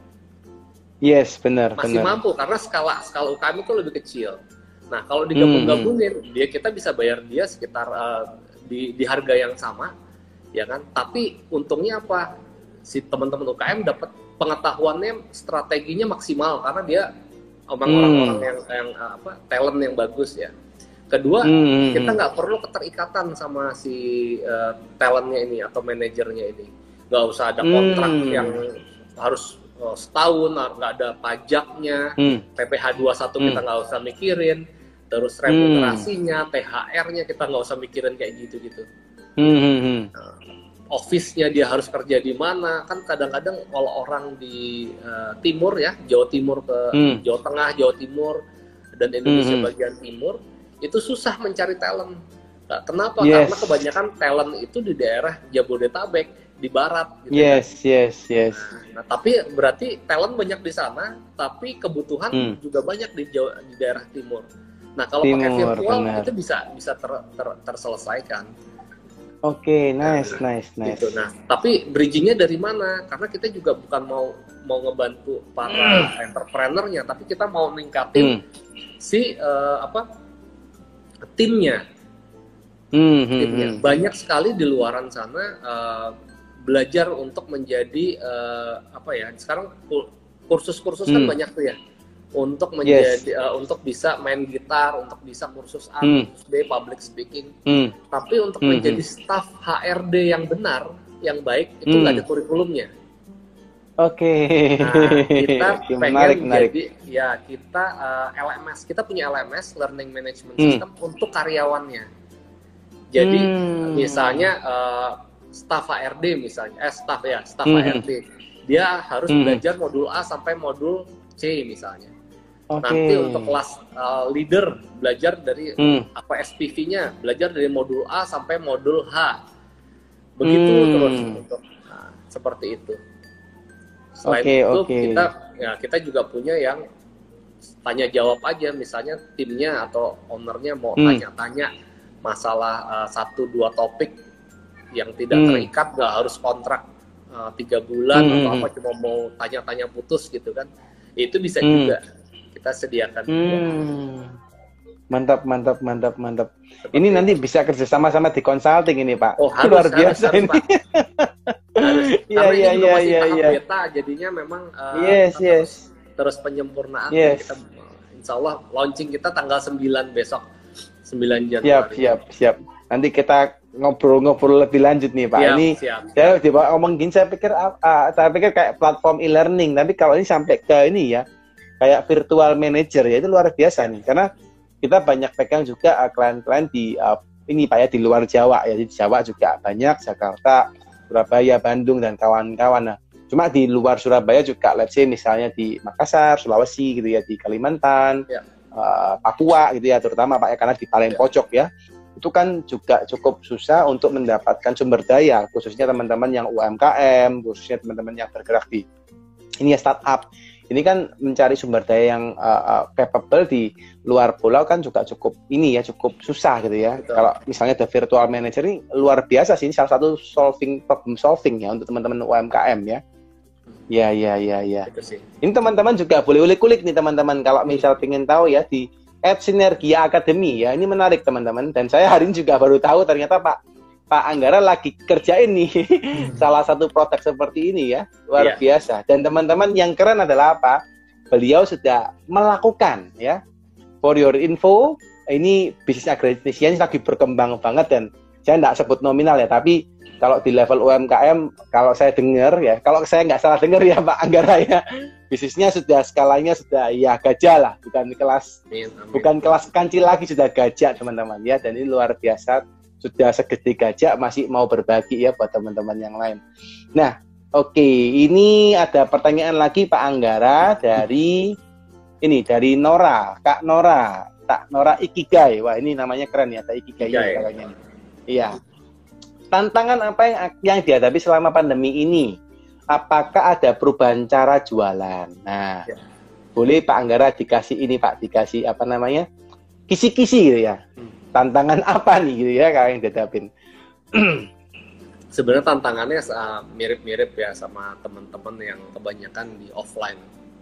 Yes, benar. Masih benar. mampu karena skala skala U K M itu lebih kecil. Nah, kalau digabung-gabungin, hmm. dia kita bisa bayar dia sekitar uh, di di harga yang sama, ya kan? Tapi untungnya apa? Si teman-teman U K M dapat pengetahuannya, strateginya maksimal karena dia emang hmm. orang-orang yang yang uh, apa? talent yang bagus ya. Kedua, hmm. kita nggak perlu keterikatan sama si uh, talentnya ini atau manajernya ini. Nggak usah ada kontrak hmm. yang harus Oh, setahun, nggak ada pajaknya, hmm. P P H dua puluh satu hmm. kita nggak usah mikirin, terus remunerasinya, hmm. T H R-nya kita nggak usah mikirin kayak gitu-gitu. Hmm. Nah, office-nya dia harus kerja di mana, kan kadang-kadang kalau orang di uh, timur ya, Jawa Timur ke hmm. Jawa Tengah, Jawa Timur, dan Indonesia hmm. bagian timur, itu susah mencari talent. Nah, kenapa? Yes. Karena kebanyakan talent itu di daerah Jabodetabek, di barat gitu. Yes, kan? yes, yes. Nah, nah, tapi berarti talent banyak di sana, tapi kebutuhan hmm. juga banyak di Jawa, di daerah timur. Nah, kalau timur, pakai virtual benar. Itu bisa bisa ter, ter, terselesaikan. Oke, okay, nice, nah, nice, nice. Gitu. Nah, tapi bridgingnya dari mana? Karena kita juga bukan mau mau ngebantu para hmm. entrepreneurnya, tapi kita mau ningkatin hmm. si uh, apa timnya. Hmm, timnya. Hmm, banyak sekali di luaran sana. Uh, belajar untuk menjadi uh, apa ya sekarang kursus-kursus kan hmm. banyak tuh ya untuk menjadi yes. uh, untuk bisa main gitar, untuk bisa kursus A, hmm. kursus B, public speaking. Hmm. Tapi untuk hmm. menjadi staff H R D yang benar, yang baik itu nggak hmm. ada kurikulumnya. Oke. Nah, kita pengen menarik, menarik. jadi ya kita uh, L M S, kita punya L M S Learning Management Hmm. System untuk karyawannya. Jadi Hmm. misalnya uh, staf H R D misalnya, eh staf ya, staf Hmm. H R D, dia harus Hmm. belajar modul A sampai modul C misalnya. Oke. Nanti untuk kelas uh, leader belajar dari Hmm. apa S P V-nya, belajar dari modul A sampai modul H. Begitu Hmm. terus untuk nah, seperti itu. Selain Oke, itu oke. kita ya kita juga punya yang tanya jawab aja, misalnya timnya atau ownernya mau Hmm. tanya-tanya masalah uh, satu dua topik yang tidak Hmm. terikat, nggak harus kontrak uh, tiga bulan Hmm. atau apa, cuma mau tanya-tanya putus gitu kan, itu bisa Hmm. juga kita sediakan. Hmm. Mantap, mantap, mantap, mantap. Seperti Ini nanti itu. bisa kerjasama sama di consulting ini, Pak. Oh harus, Luar harus, biasa harus, ini. Pak. Harus. Iya, Karena iya, ini juga iya, masih iya, tahap iya. beta, jadinya memang uh, Yes, kita yes. terus terus penyempurnaan. Yes. Kita insya Allah launching kita tanggal sembilan besok, sembilan Siap, Januari. siap, siap. Nanti kita ngobrol-ngobrol lebih lanjut nih, Pak. Siap, Ini siap. saya coba ngomong gini, saya pikir uh, saya pikir kayak platform e-learning, tapi kalau ini sampai ke ini ya, kayak virtual manager ya, itu luar biasa nih. Karena kita banyak pegang juga uh, klien-klien di uh, ini Pak ya, di luar Jawa ya. Di Jawa juga banyak, Jakarta, Surabaya, Bandung dan kawan-kawan. Nah, cuma di luar Surabaya juga, let's say misalnya di Makassar, Sulawesi gitu ya, di Kalimantan, Ya. uh, Papua gitu ya, terutama Pak ya, karena di paling Ya. pojok ya. Itu kan juga cukup susah untuk mendapatkan sumber daya, khususnya teman-teman yang U M K M, khususnya teman-teman yang bergerak di ini ya startup. Ini kan mencari sumber daya yang uh, uh, capable di luar pulau kan juga cukup ini ya, cukup susah gitu ya. Betul. Kalau misalnya the virtual manager ini luar biasa sih, ini salah satu solving problem solving ya untuk teman-teman U M K M ya. Ya, ya, ya, ya. Itu sih. Ini teman-teman juga boleh ulik-ulik nih teman-teman, kalau misal pengen tahu ya di at Sinergia Academy ya, ini menarik teman-teman. Dan saya hari ini juga baru tahu ternyata Pak Pak Anggara lagi kerjain nih salah satu produk seperti ini ya, luar Iya. biasa. Dan teman-teman yang keren adalah apa? Beliau sudah melakukan ya. For your info, ini bisnis agresi lagi berkembang banget dan saya nggak sebut nominal ya, tapi kalau di level U M K M, kalau saya dengar ya, kalau saya nggak salah dengar ya Pak Anggara ya, bisnisnya sudah skalanya sudah ya gajah lah, bukan kelas Amin, amin. bukan kelas kancil lagi, sudah gajah teman-teman ya. Dan ini luar biasa, sudah segede gajah masih mau berbagi ya buat teman-teman yang lain. Nah, oke, ini ada pertanyaan lagi Pak Anggara dari ini dari Nora, Kak Nora, Kak Nora Ikigai. Wah, ini namanya keren ya, Kak Ikigai Ikigai. katanya. Iya. Tantangan apa yang yang dihadapi selama pandemi ini? Apakah ada perubahan cara jualan? Nah, Ya. boleh Pak Anggara dikasih ini Pak, dikasih apa namanya? Kisi-kisi gitu ya. Hmm. Tantangan apa nih gitu ya kalau yang dihadapin? Sebenarnya tantangannya uh, mirip-mirip ya sama teman-teman yang kebanyakan di offline.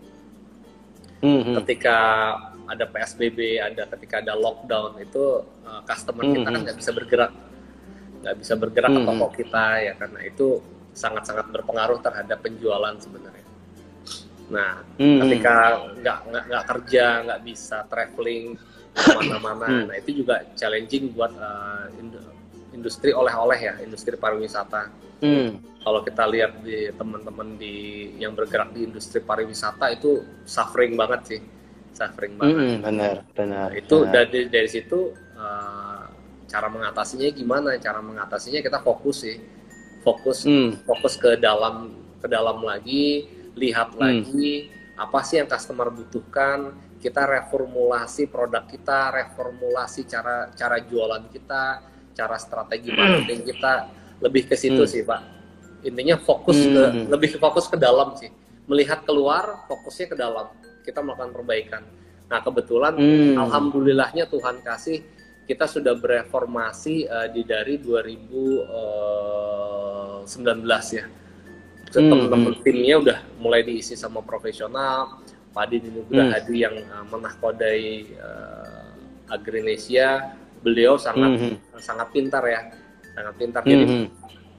Hmm, Ketika ada P S B B, ada ketika ada lockdown itu uh, customer kita kan Hmm. nggak bisa bergerak, nggak bisa bergerak ke Hmm. toko kita ya, karena itu sangat-sangat berpengaruh terhadap penjualan sebenarnya. Nah, Hmm. ketika nggak nggak nggak kerja, nggak bisa traveling kemana-mana, Hmm. nah itu juga challenging buat uh, ind- industri oleh-oleh ya, industri pariwisata. Hmm. Kalau kita lihat di teman-teman di yang bergerak di industri pariwisata itu suffering banget sih, suffering banget. Hmm, benar, benar. Nah, itu benar. dari dari situ uh, cara mengatasinya gimana? Cara mengatasinya kita fokus sih, fokus Hmm. fokus ke dalam ke dalam lagi, lihat Hmm. lagi apa sih yang customer butuhkan. Kita reformulasi produk kita, reformulasi cara cara jualan kita, cara strategi marketing kita, lebih ke situ Hmm. sih Pak. Intinya fokus Hmm. ke lebih fokus ke dalam sih. Melihat keluar, fokusnya ke dalam. Kita melakukan perbaikan. Nah kebetulan, Hmm. alhamdulillahnya Tuhan kasih kita sudah bereformasi uh, di dari dua ribu sembilan belas ya. Hmm. Teman-teman timnya udah mulai diisi sama profesional. Pak Adin Nugraha Hmm. Hadi yang uh, menahkodai uh, Agrinesia, beliau sangat Hmm. sangat pintar ya, sangat pintar. Hmm. Jadi Hmm.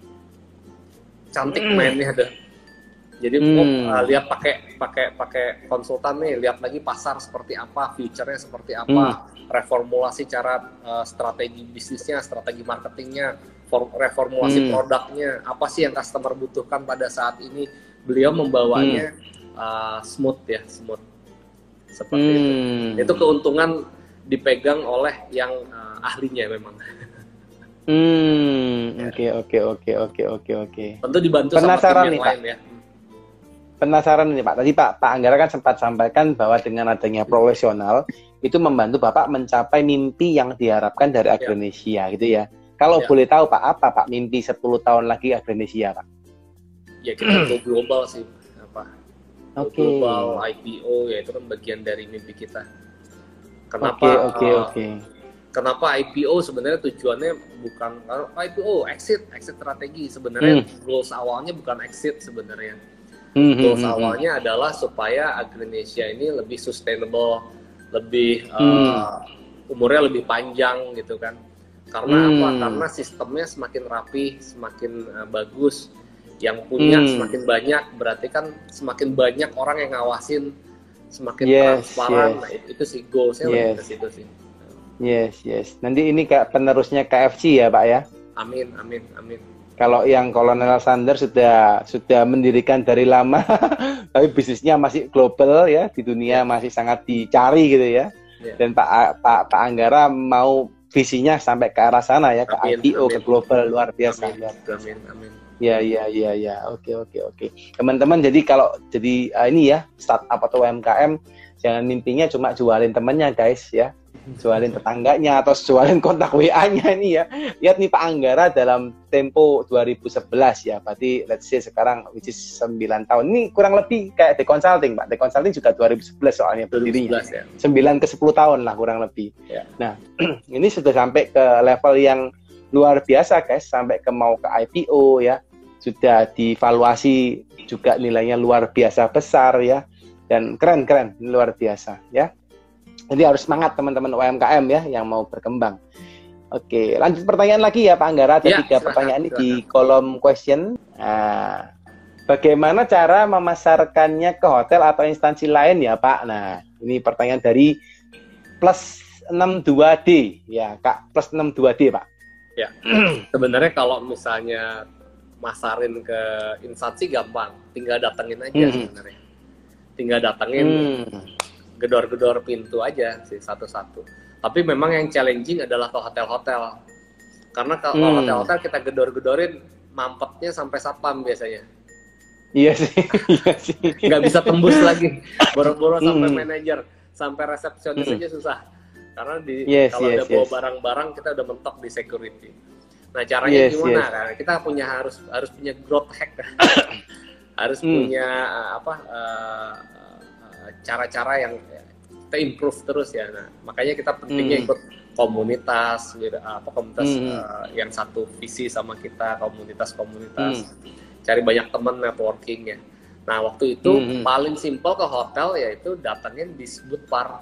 cantik mainnya ada. Jadi Hmm. oh, uh, lihat pakai pakai pakai konsultan nih, lihat lagi pasar seperti apa, future-nya seperti apa, reformulasi cara uh, strategi bisnisnya, strategi marketingnya, for, reformulasi Hmm. produknya, apa sih yang customer butuhkan pada saat ini. beliau membawanya hmm. uh, smooth ya, smooth seperti hmm. itu. Itu keuntungan dipegang oleh yang uh, ahlinya memang. Hmm, oke oke oke oke oke oke. Tentu dibantu Penasaran sama tim yang nih, lain Pak. ya. Penasaran nih Pak. Tadi Pak Pak Anggara kan sempat sampaikan bahwa dengan adanya profesional itu membantu Bapak mencapai mimpi yang diharapkan dari Agronesia ya. Gitu ya. Kalau ya. boleh tahu Pak, apa Pak mimpi sepuluh tahun lagi Agronesia Pak? Ya kita go global sih, apa? Okay. Global I P O ya itu kan bagian dari mimpi kita. Kenapa? Oke okay, oke okay, uh, oke. Okay. Kenapa I P O sebenarnya tujuannya bukan kalau I P O exit exit strategi sebenarnya hmm. goals awalnya bukan exit sebenarnya. Hmm, goals hmm, awalnya hmm. adalah supaya Agronesia ini lebih sustainable, lebih hmm. uh, umurnya lebih panjang gitu kan. Karena hmm. apa? Karena sistemnya semakin rapi, semakin uh, bagus, yang punya hmm. semakin banyak, berarti kan semakin banyak orang yang ngawasin, semakin yes, transparan. Yes. Nah, itu, itu sih goalsnya yes. lebih ke situ sih. Yes, yes. Nanti ini kayak penerusnya K F C ya, Pak ya? Amin, amin, amin. Kalau yang Kolonel Sanders sudah sudah mendirikan dari lama, tapi bisnisnya masih global ya, di dunia masih sangat dicari gitu ya. Yeah. Dan Pak Pak Pak Anggara mau visinya sampai ke arah sana ya, ke amin, I P O, amin. Ke global, luar biasa. Amin, amin, amin. Ya, ya, ya, ya. Oke, oke, oke. Teman-teman, jadi kalau jadi uh, ini ya, startup atau U M K M, jangan mimpinya cuma jualin temennya guys ya. Jualin tetangganya atau jualin kontak W A-nya ini ya. Lihat nih Pak Anggara dalam tempo dua ribu sebelas ya. Berarti let's say sekarang which is sembilan tahun. Ini kurang lebih kayak The Consulting, Pak. The Consulting juga dua ribu sebelas soalnya berdirinya. Ya. sembilan ke sepuluh tahun lah kurang lebih. Ya. Nah, ini sudah sampai ke level yang luar biasa guys, sampai ke mau ke I P O ya. Sudah divaluasi juga nilainya luar biasa besar ya. Dan keren-keren, luar biasa ya. Jadi harus semangat teman-teman U M K M ya yang mau berkembang. Oke, lanjut pertanyaan lagi ya Pak Anggara. Ada ya, tiga silakan, pertanyaan ini silakan. Di kolom question. Nah, bagaimana cara memasarkannya ke hotel atau instansi lain ya Pak? Nah, ini pertanyaan dari plus enam dua D ya Kak, plus enam dua D Pak. Ya, sebenarnya kalau misalnya masarin ke instansi gampang, tinggal datengin aja hmm. sebenarnya. Tinggal datengin. Hmm. Gedor-gedor pintu aja sih satu-satu. Tapi memang yang challenging adalah ke hotel-hotel. Karena kalau hmm. hotel-hotel kita gedor-gedorin mampetnya sampai satpam biasanya. Iya sih, iya sih. Nggak bisa tembus lagi. Boro-boro sampai hmm. manajer, sampai resepsionis hmm. aja susah. Karena di yes, kalau yes, udah bawa yes. barang-barang kita udah mentok di security. Nah caranya yes, gimana? Yes. Karena kita punya harus harus punya growth hack. harus hmm. punya apa? Uh, cara-cara yang kita improve terus ya. Nah, makanya kita pentingnya hmm. ikut komunitas, apa komunitas hmm. uh, yang satu visi sama kita, komunitas-komunitas, hmm. cari banyak teman networking ya. Nah, waktu itu hmm. paling simpel ke hotel yaitu datangin Disbudpar,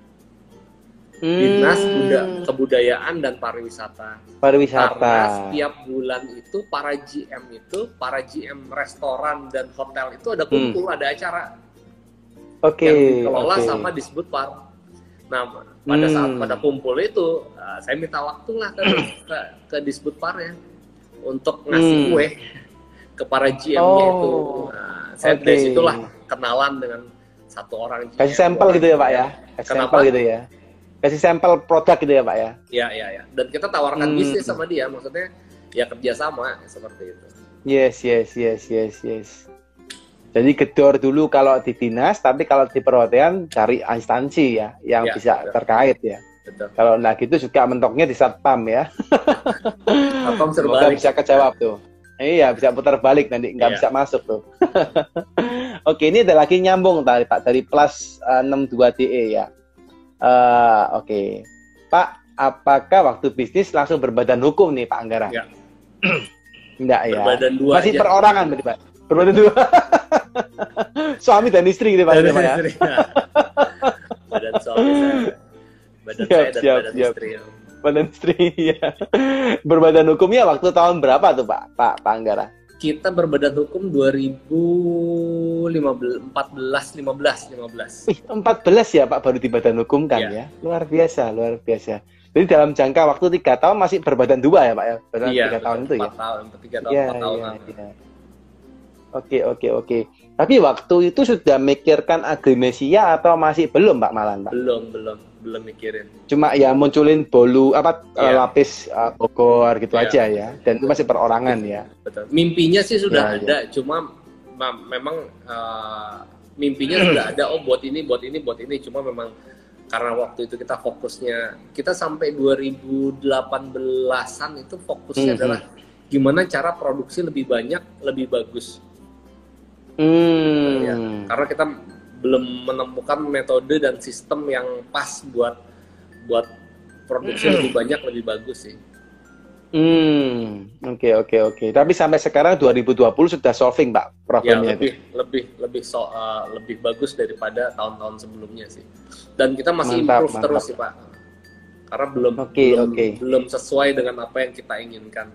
hmm. Dinas Buda, Kebudayaan dan Pariwisata. Pariwisata. Karena setiap bulan itu para G M itu, para G M restoran dan hotel itu ada kumpul, hmm. ada acara. Oke. Yang dikelola okay. sama Disbudpar. Nah, pada hmm. saat pada kumpul itu, uh, saya minta waktu lah ke ke, ke Disbudpar ya untuk ngasih hmm. kue ke para G M-nya oh. itu. Nah, saya okay. dari situlah kenalan dengan satu orang G M. Kasih sampel gitu ya Pak ya? Kasih sampel gitu ya? Kasih sampel produk gitu ya Pak ya? Iya, iya, iya. Dan kita tawarkan hmm. bisnis sama dia, maksudnya ya kerjasama seperti itu. Yes, yes, yes, yes, yes. Jadi gedor dulu kalau di dinas, tapi kalau di perhotelan cari instansi ya yang ya, bisa betul. terkait ya. Betul. Kalau nah gitu juga mentoknya di satpam ya. Satpam semoga bisa kejawab tuh. Iya bisa putar balik nanti nggak ya. bisa masuk tuh. Oke ini ada lagi nyambung tadi Pak dari plus uh, enam dua D E ya. Uh, Oke okay. Pak, apakah waktu bisnis langsung berbadan hukum nih Pak Anggara? Ya. Enggak ya. Berbadan dua masih aja. perorangan berarti Pak. Berbadan dua. Suami dan istri gitu Pak. Badan ya? Istri, ya. Badan suami saya. Badan siap, saya dan siap, badan siap. istri. Ya. Badan istri ya. Berbadan hukumnya waktu tahun berapa tuh Pak? Pak, Pak Anggara? Kita berbadan hukum dua ribu empat belas lima belas lima belas. Wih, empat belas ya Pak baru di badan hukum kan ya. ya? Luar biasa, luar biasa. Jadi dalam jangka waktu tiga tahun masih berbadan dua ya Pak ya? Badan iya, tiga tahun itu ya? empat tahun, tiga tahun, ya, empat tahun. Ya, ya. Oke, oke, oke. Tapi waktu itu sudah mikirkan agrinesia atau masih belum, Pak Malan, Pak? Belum, belum, belum mikirin. Cuma ya munculin bolu apa Iya. lapis uh, bogor gitu Iya. aja ya. Dan itu masih perorangan ya. Betul. Mimpinya sih sudah Ya, ada, cuma ma- memang uh, mimpinya sudah ada. Oh, buat ini, buat ini, buat ini. Cuma memang karena waktu itu kita fokusnya, kita sampai dua ribu delapan belasan itu fokusnya Mhm. adalah gimana cara produksi lebih banyak, lebih bagus. Hmm. Ya, karena kita belum menemukan metode dan sistem yang pas buat buat produksi lebih banyak, lebih bagus sih. Hmm. Oke, oke, oke. Tapi sampai sekarang dua ribu dua puluh sudah solving, Pak, Ya problemnya lebih itu. lebih lebih so, uh, lebih bagus daripada tahun-tahun sebelumnya sih. Dan kita masih Mantap, improve mantap. terus sih Pak. Karena belum Oke, belum oke. belum sesuai dengan apa yang kita inginkan.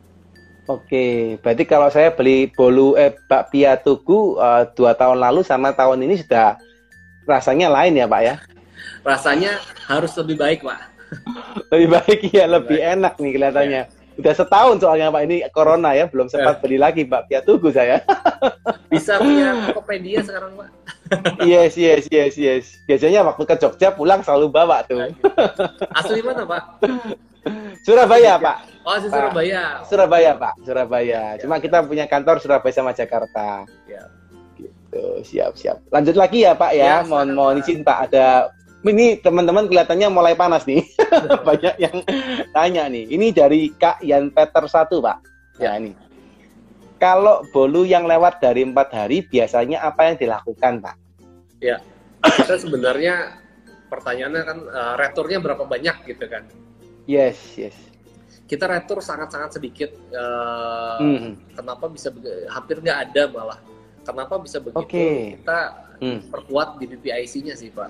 Oke, berarti kalau saya beli bolu eh bakpia Tugu uh, dua tahun lalu sama tahun ini sudah rasanya lain ya, Pak ya? Rasanya harus lebih baik Pak. Lebih baik ya, lebih baik. enak nih kelihatannya. Udah setahun soalnya Pak, ini corona ya, belum sempat beli lagi bakpia Tugu saya. Bisa punya Tokopedia sekarang Pak. Yes, yes, yes, yes. Biasanya waktu ke Jogja pulang selalu bawa tuh. Asli mana Pak? Surabaya, Pak. Oh, di Pak. Surabaya. Surabaya, Pak. Surabaya. Cuma kita punya kantor Surabaya sama Jakarta. Ya. Gitu, siap, siap. Lanjut lagi ya, Pak ya. Ya, mohon silakan, mohon Pak. izin, Pak. Ada ini teman-teman kelihatannya mulai panas nih. Banyak yang tanya nih. Ini dari Kak Yan Peter satu, Pak. Ya, ini. Kalau bolu yang lewat dari empat hari, biasanya apa yang dilakukan, Pak? Ya. Kita sebenarnya pertanyaannya kan uh, returnya berapa banyak gitu kan. Yes, yes. Kita retur sangat-sangat sedikit. Uh, Hmm. Kenapa bisa beg- hampir nggak ada malah. Kenapa bisa begitu? Oke. Kita Hmm. perkuat di B P I C-nya sih Pak.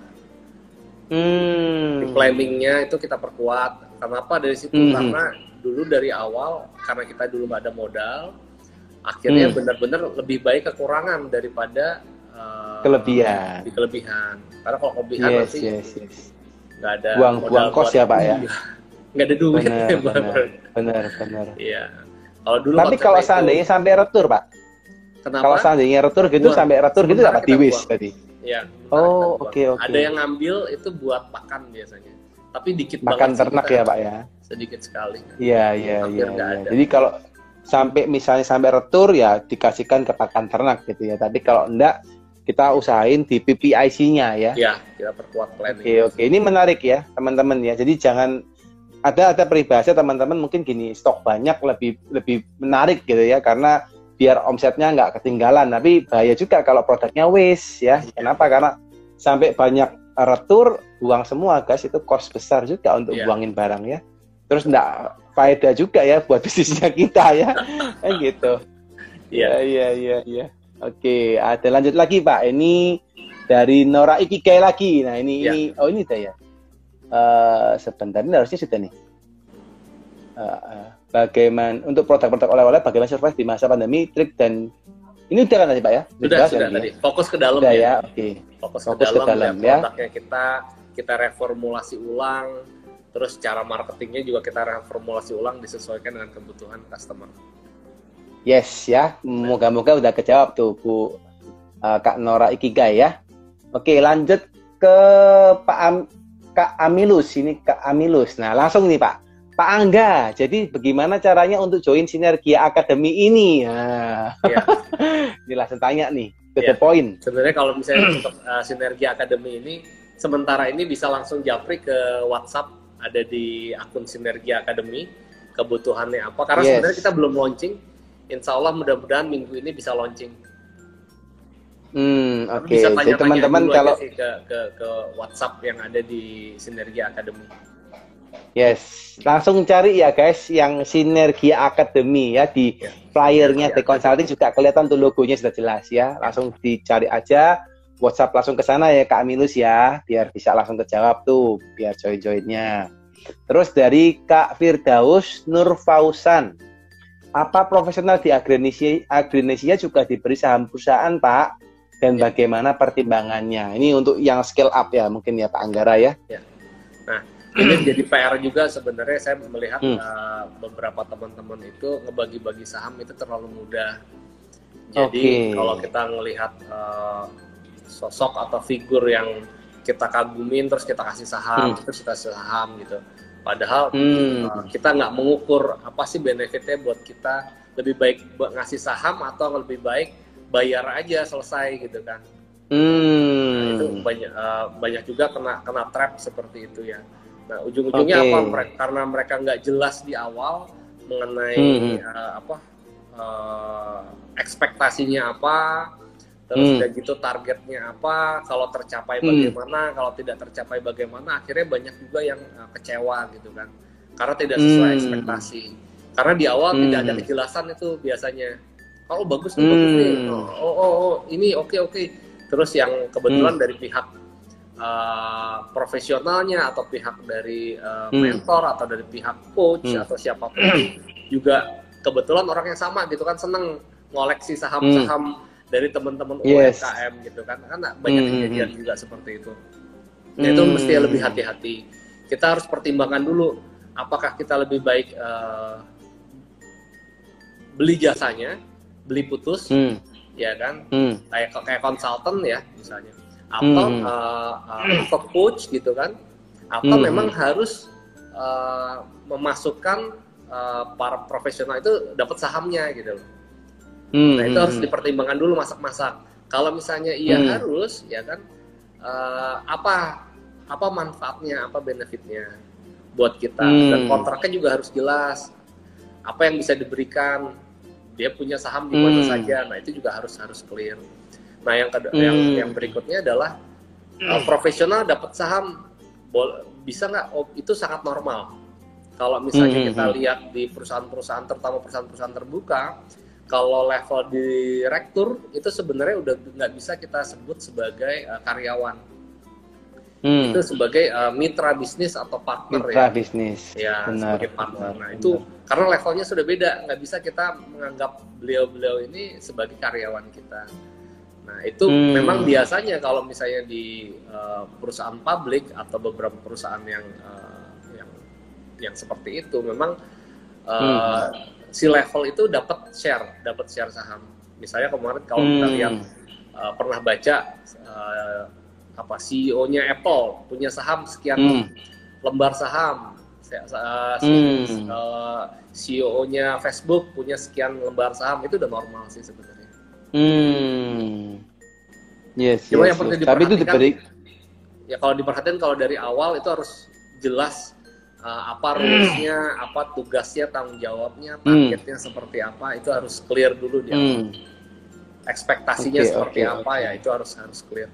Hmm. Di planningnya itu kita perkuat. Kenapa dari situ? Hmm. Karena dulu dari awal karena kita dulu nggak ada modal, akhirnya Hmm. benar-benar lebih baik kekurangan daripada uh, Kelebihan. di kelebihan. Karena kalau kelebihan Yes, nanti yes, yes. nggak ada Buang modal buang kos buat- ya, Pak ya. nggak ada duit. Benar, buat- benar, benar, benar. Iya. Kalau dulu Tapi konsepnya kalau itu, seandainya sampai retur, Pak. kenapa? Kalau seandainya retur gitu, Buang. sampai retur gitu Sementara dapat kita diwis buang. tadi. Ya, Oh, kita buang. oke, oke. Ada yang ngambil itu buat pakan biasanya. Tapi dikit Makan banget sih ternak kita. ya, Pak ya. Sedikit sekali. Iya, iya, Hampir iya. nggak iya. ada. Jadi kalau sampai misalnya sampai retur ya dikasihkan ke pakan ternak gitu ya. Tapi kalau enggak kita usahain di P P I C-nya ya. Ya, kita perkuat planning. Oke, oke. Ini menarik ya, teman-teman ya. Jadi jangan ada ada peribahasa teman-teman mungkin gini, stok banyak lebih lebih menarik gitu ya karena biar omsetnya nggak ketinggalan. Tapi bahaya juga kalau produknya waste ya. Kenapa? Karena sampai banyak retur buang semua, guys. Itu cost besar juga untuk Iya. buangin barang ya. Terus nggak faedah juga ya buat bisnisnya kita ya. Kan gitu. Iya. Iya, iya, iya, iya. Oke, ada lanjut lagi Pak. Ini dari Nora Ikigai lagi. Nah ini, Ya. ini oh ini udah ya. Eh, sebentar ini harusnya sudah nih. Eh, eh, bagaimana untuk produk-produk oleh-oleh bagaimana survive di masa pandemi, trik dan ini udah kan tadi Pak ya? Sudah, dibahas sudah tadi tadi. ya? Fokus ke dalam Sudah ya. ya, oke. Fokus, Fokus ke ke dalam, dalam, dan ya. produknya kita kita reformulasi ulang. Terus cara marketingnya juga kita reformulasi ulang disesuaikan dengan kebutuhan customer. Yes ya, moga-moga udah kejawab tuh Bu eh, Kak Nora Ikigai ya. Oke, lanjut ke Pak Am, Kak Amilus ini Kak Amilus. Nah langsung nih Pak, Pak Angga. Jadi bagaimana caranya untuk join Sinergia Academy ini? Nah, Ya. ini langsung tanya nih, to Ya. the point. Sebenarnya kalau misalnya untuk uh, Sinergi Academy ini sementara ini bisa langsung japri ke WhatsApp, ada di akun Sinergi Academy kebutuhannya apa, karena Yes. sebenarnya kita belum launching. Insya Allah mudah-mudahan minggu ini bisa launching. Hmm, Tapi oke. bisa Jadi tanya-tanya teman-teman dulu kalau aja sih ke, ke, ke WhatsApp yang ada di Sinergi Academy. yes, langsung cari ya guys yang Sinergia Academy ya di Ya. flyernya Sinergia The Consulting juga kelihatan tuh logonya sudah jelas ya. Langsung dicari aja, WhatsApp langsung ke sana ya Kak Amilus ya, biar bisa langsung terjawab tuh, biar join-joinnya. Terus dari Kak Firdaus Nur Fausan, apa profesional di Agrinesia, Agrinesia juga diberi saham perusahaan Pak? Dan Ya. bagaimana pertimbangannya? Ini untuk yang scale up ya mungkin ya Pak Anggara ya. Ini jadi P R juga sebenarnya, saya melihat Hmm. uh, beberapa teman-teman itu ngebagi-bagi saham itu terlalu mudah. Jadi Okay. kalau kita ngelihat uh, sosok atau figur yang kita kagumin terus kita kasih saham, Hmm. terus kita kasih saham gitu. Padahal Hmm. uh, kita nggak mengukur apa sih benefitnya buat kita, lebih baik buat ngasih saham atau lebih baik bayar aja selesai gitu kan. Nah, itu Hmm. banyak uh, banyak juga kena kena trap seperti itu ya. Nah, ujung-ujungnya Oke. apa? Mereka, karena mereka nggak jelas di awal mengenai Hmm. uh, apa uh, ekspektasinya apa, terus Hmm. udah gitu targetnya apa, kalau tercapai Hmm. bagaimana, kalau tidak tercapai bagaimana, akhirnya banyak juga yang uh, kecewa gitu kan, karena tidak sesuai Hmm. ekspektasi. Karena di awal Hmm. tidak ada kejelasan itu biasanya. Oh bagus nih, bagus nih. Hmm. Oh, oh, oh, oh, ini oke oke. Terus yang kebetulan Hmm. dari pihak uh, profesionalnya atau pihak dari uh, Hmm. mentor atau dari pihak coach Hmm. atau siapapun itu juga kebetulan orang yang sama gitu kan, seneng ngoleksi saham-saham dari teman-teman Yes. U M K M gitu kan, karena banyak Hmm. kejadian juga seperti itu. Nah, itu Hmm. mesti lebih hati-hati. Kita harus pertimbangkan dulu apakah kita lebih baik uh, beli jasanya, beli putus, Hmm. ya kan, Hmm. kayak kayak konsultan ya misalnya, atau Hmm. uh, uh, atau coach gitu kan, atau Hmm. memang harus uh, memasukkan uh, para profesional itu dapat sahamnya gitu loh. Hmm. Nah itu harus Hmm. dipertimbangkan dulu masak-masak. Kalau misalnya iya Hmm. harus, ya kan, uh, apa apa manfaatnya, apa benefitnya buat kita, Hmm. dan kontraknya juga harus jelas. Apa yang bisa diberikan, dia punya saham di mana Hmm. saja. Nah itu juga harus harus clear. Nah yang kedua, Hmm. yang yang berikutnya adalah uh, profesional dapat saham, bol- bisa nggak? Oh, itu sangat normal. Kalau misalnya Hmm. kita lihat di perusahaan-perusahaan, terutama perusahaan-perusahaan terbuka, kalau level direktur itu sebenarnya udah nggak bisa kita sebut sebagai uh, karyawan, Hmm. itu sebagai uh, mitra bisnis atau partner Mitra ya, bisnis. ya Benar. sebagai partner. Benar, Nah benar. itu karena levelnya sudah beda, nggak bisa kita menganggap beliau-beliau ini sebagai karyawan kita. Nah itu Hmm. memang biasanya kalau misalnya di uh, perusahaan publik atau beberapa perusahaan yang uh, yang yang seperti itu, memang uh, Hmm. si level itu dapat share, dapat share saham. Misalnya kemarin kalau kita Hmm. lihat uh, pernah baca uh, apa C E O-nya Apple punya saham sekian Hmm. lembar saham, uh, Hmm. uh, C E O-nya Facebook punya sekian lembar saham, itu udah normal sih sebenarnya. Hmm. Yes, Cuma yes, yang perlu yes. Tapi itu diperhatikan, diberi. ya kalau diperhatikan kalau dari awal itu harus jelas uh, apa rules-nya, apa tugasnya, tanggung jawabnya, targetnya seperti apa, itu harus clear dulu di awal. Hmm. Ekspektasinya Oke, seperti oke, apa oke. ya, itu harus harus clear.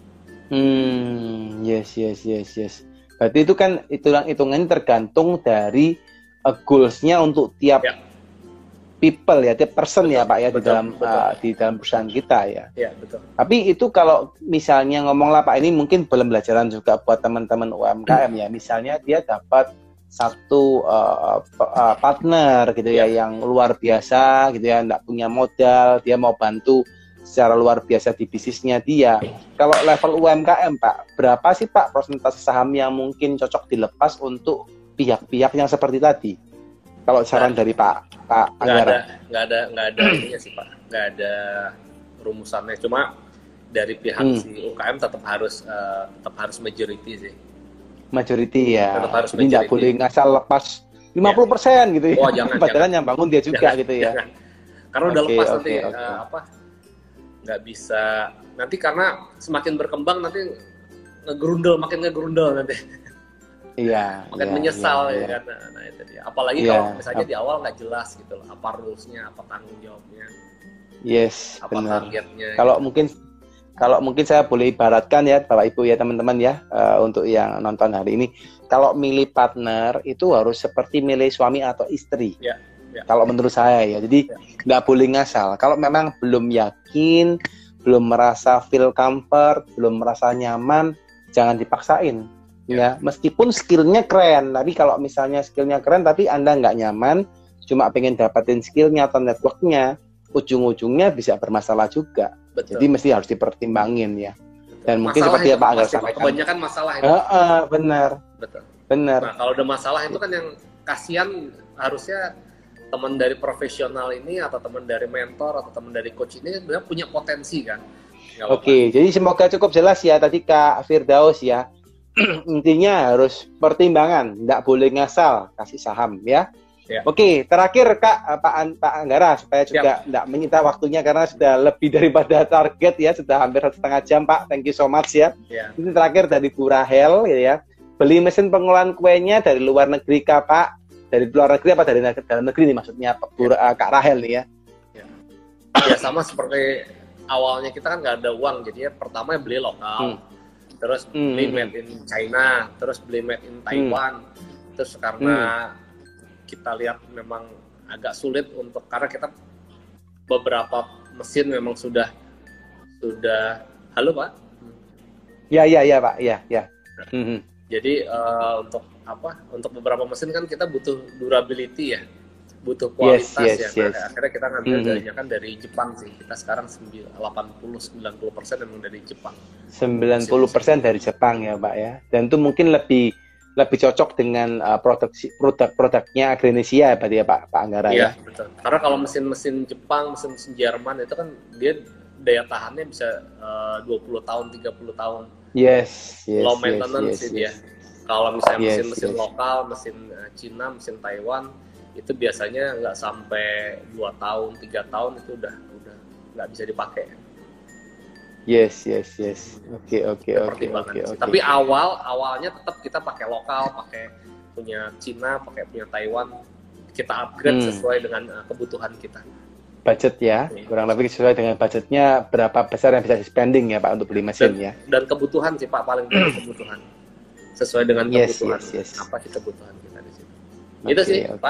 Hmm. Yes, yes, yes, yes. Berarti itu kan hitung-hitungannya tergantung dari uh, goals-nya untuk tiap Ya. people ya, tiap person ya Pak ya, di betul, dalam betul. uh, di dalam perusahaan kita ya. Ya betul. Tapi itu kalau misalnya ngomong lah Pak, ini mungkin belum belajaran juga buat teman-teman U M K M ya. Misalnya dia dapat satu uh, p- uh, partner gitu ya, yang luar biasa gitu ya, nggak punya modal, dia mau bantu secara luar biasa di bisnisnya dia. Kalau level U M K M Pak, berapa sih Pak persentase saham yang mungkin cocok dilepas untuk pihak-pihak yang seperti tadi? Kalau saran dari Pak Pak Nggak ada, Anggara. nggak ada, nggak ada ininya sih Pak, nggak ada rumusannya. Cuma dari pihak Hmm. si U K M tetap harus uh, tetap harus majority sih. Majority ya. Tetap harus Jadi nggak majority. boleh ngasal lepas lima puluh persen gitu ya. Oh, jangan, Padahal jangan. yang bangun dia juga Jangan, gitu ya. jangan. Karena udah Oke, lepas oke, nanti oke. uh, apa nggak bisa, nanti karena semakin berkembang nanti ngegerundel, makin ngegerundel nanti, Iya. makin iya, menyesal iya, ya iya. kan. Nah, nah, itu dia. Apalagi Iya, kalau misalnya ap- di awal nggak jelas gitu loh, apa rules-nya, apa tanggung jawabnya, Yes, apa benar. targetnya. Kalau gitu. mungkin kalau mungkin saya boleh ibaratkan ya Bapak Ibu ya teman-teman ya, eh, untuk yang nonton hari ini, kalau milih partner itu harus seperti milih suami atau istri. Ya, ya. Kalau menurut saya ya, jadi Ya. nggak boleh ngasal. Kalau memang belum yakin, belum merasa feel comfort, belum merasa nyaman, jangan dipaksain. Ya, meskipun skillnya keren, tapi kalau misalnya skillnya keren tapi Anda nggak nyaman, cuma pengen dapatin skillnya atau networknya, ujung-ujungnya bisa bermasalah juga. Betul. Jadi mesti harus dipertimbangin ya. Dan mungkin Masalah seperti itu yang Pak Angga pasti, sampaikan. kebanyakan masalah itu. Heeh, benar, Betul. benar. Nah, kalau udah masalah itu kan yang kasihan harusnya teman dari profesional ini atau teman dari mentor atau teman dari coach ini sebenarnya punya potensi kan. Nggak apa-apa. Oke, jadi semoga cukup jelas ya tadi Kak Firdaus ya. Intinya harus pertimbangan, nggak boleh ngasal kasih saham ya. Ya. Oke, terakhir Kak Pak, An Pak Anggara supaya juga nggak menyita waktunya karena sudah lebih daripada target ya, sudah hampir satu setengah jam Pak. Thank you so much ya. Ya. Ini terakhir dari Bu Rahel ya. Beli mesin pengolahan kuenya dari luar negeri Kak Pak? Dari luar negeri apa dari dalam negeri nih maksudnya Bu, uh, Kak Rahel nih ya? Ya. Ya sama seperti awalnya kita kan nggak ada uang, jadi pertama beli lokal, hmm. terus beli hmm. made in China, terus beli made in Taiwan, hmm. terus karena hmm. kita lihat memang agak sulit untuk karena kita beberapa mesin memang sudah sudah halo Pak? Ya ya ya Pak ya ya. Hmm. Jadi uh, untuk apa? Untuk beberapa mesin kan kita butuh durability ya, butuh kualitas yes, yes, ya. yes. Nah, akhirnya kita ngambil mm-hmm. darinya kan dari Jepang sih. Kita sekarang delapan puluh sampai sembilan puluh persen memang dari Jepang. sembilan puluh persen dari Jepang ya Pak ya. Dan itu mungkin lebih lebih cocok dengan uh, produk produk-produknya Agranesia Pak ya Pak Pak Anggara iya, ya. Betul. Karena kalau mesin-mesin Jepang, mesin-mesin Jerman itu kan dia daya tahannya bisa uh, dua puluh tahun, tiga puluh tahun. Yes, yes. Low maintenance yes, sih yes, dia. yes. Kalau misalnya yes, mesin-mesin yes. lokal, mesin uh, Cina, mesin Taiwan itu biasanya nggak sampai dua tahun, tiga tahun itu udah udah nggak bisa dipakai. Yes, yes, yes. Oke, oke, oke, oke. Tapi awal awalnya tetap kita pakai lokal, pakai punya Cina, pakai punya Taiwan. Kita upgrade hmm. sesuai dengan uh, kebutuhan kita. Budget ya, okay. Kurang lebih sesuai dengan budgetnya berapa besar yang bisa di spending ya Pak untuk beli mesin dan, ya. Dan kebutuhan sih Pak, paling penting kebutuhan. Sesuai dengan yes, kebutuhan. Yes, yes. Apa sih kebutuhan kita di situ. Okay, itu sih okay. Pak.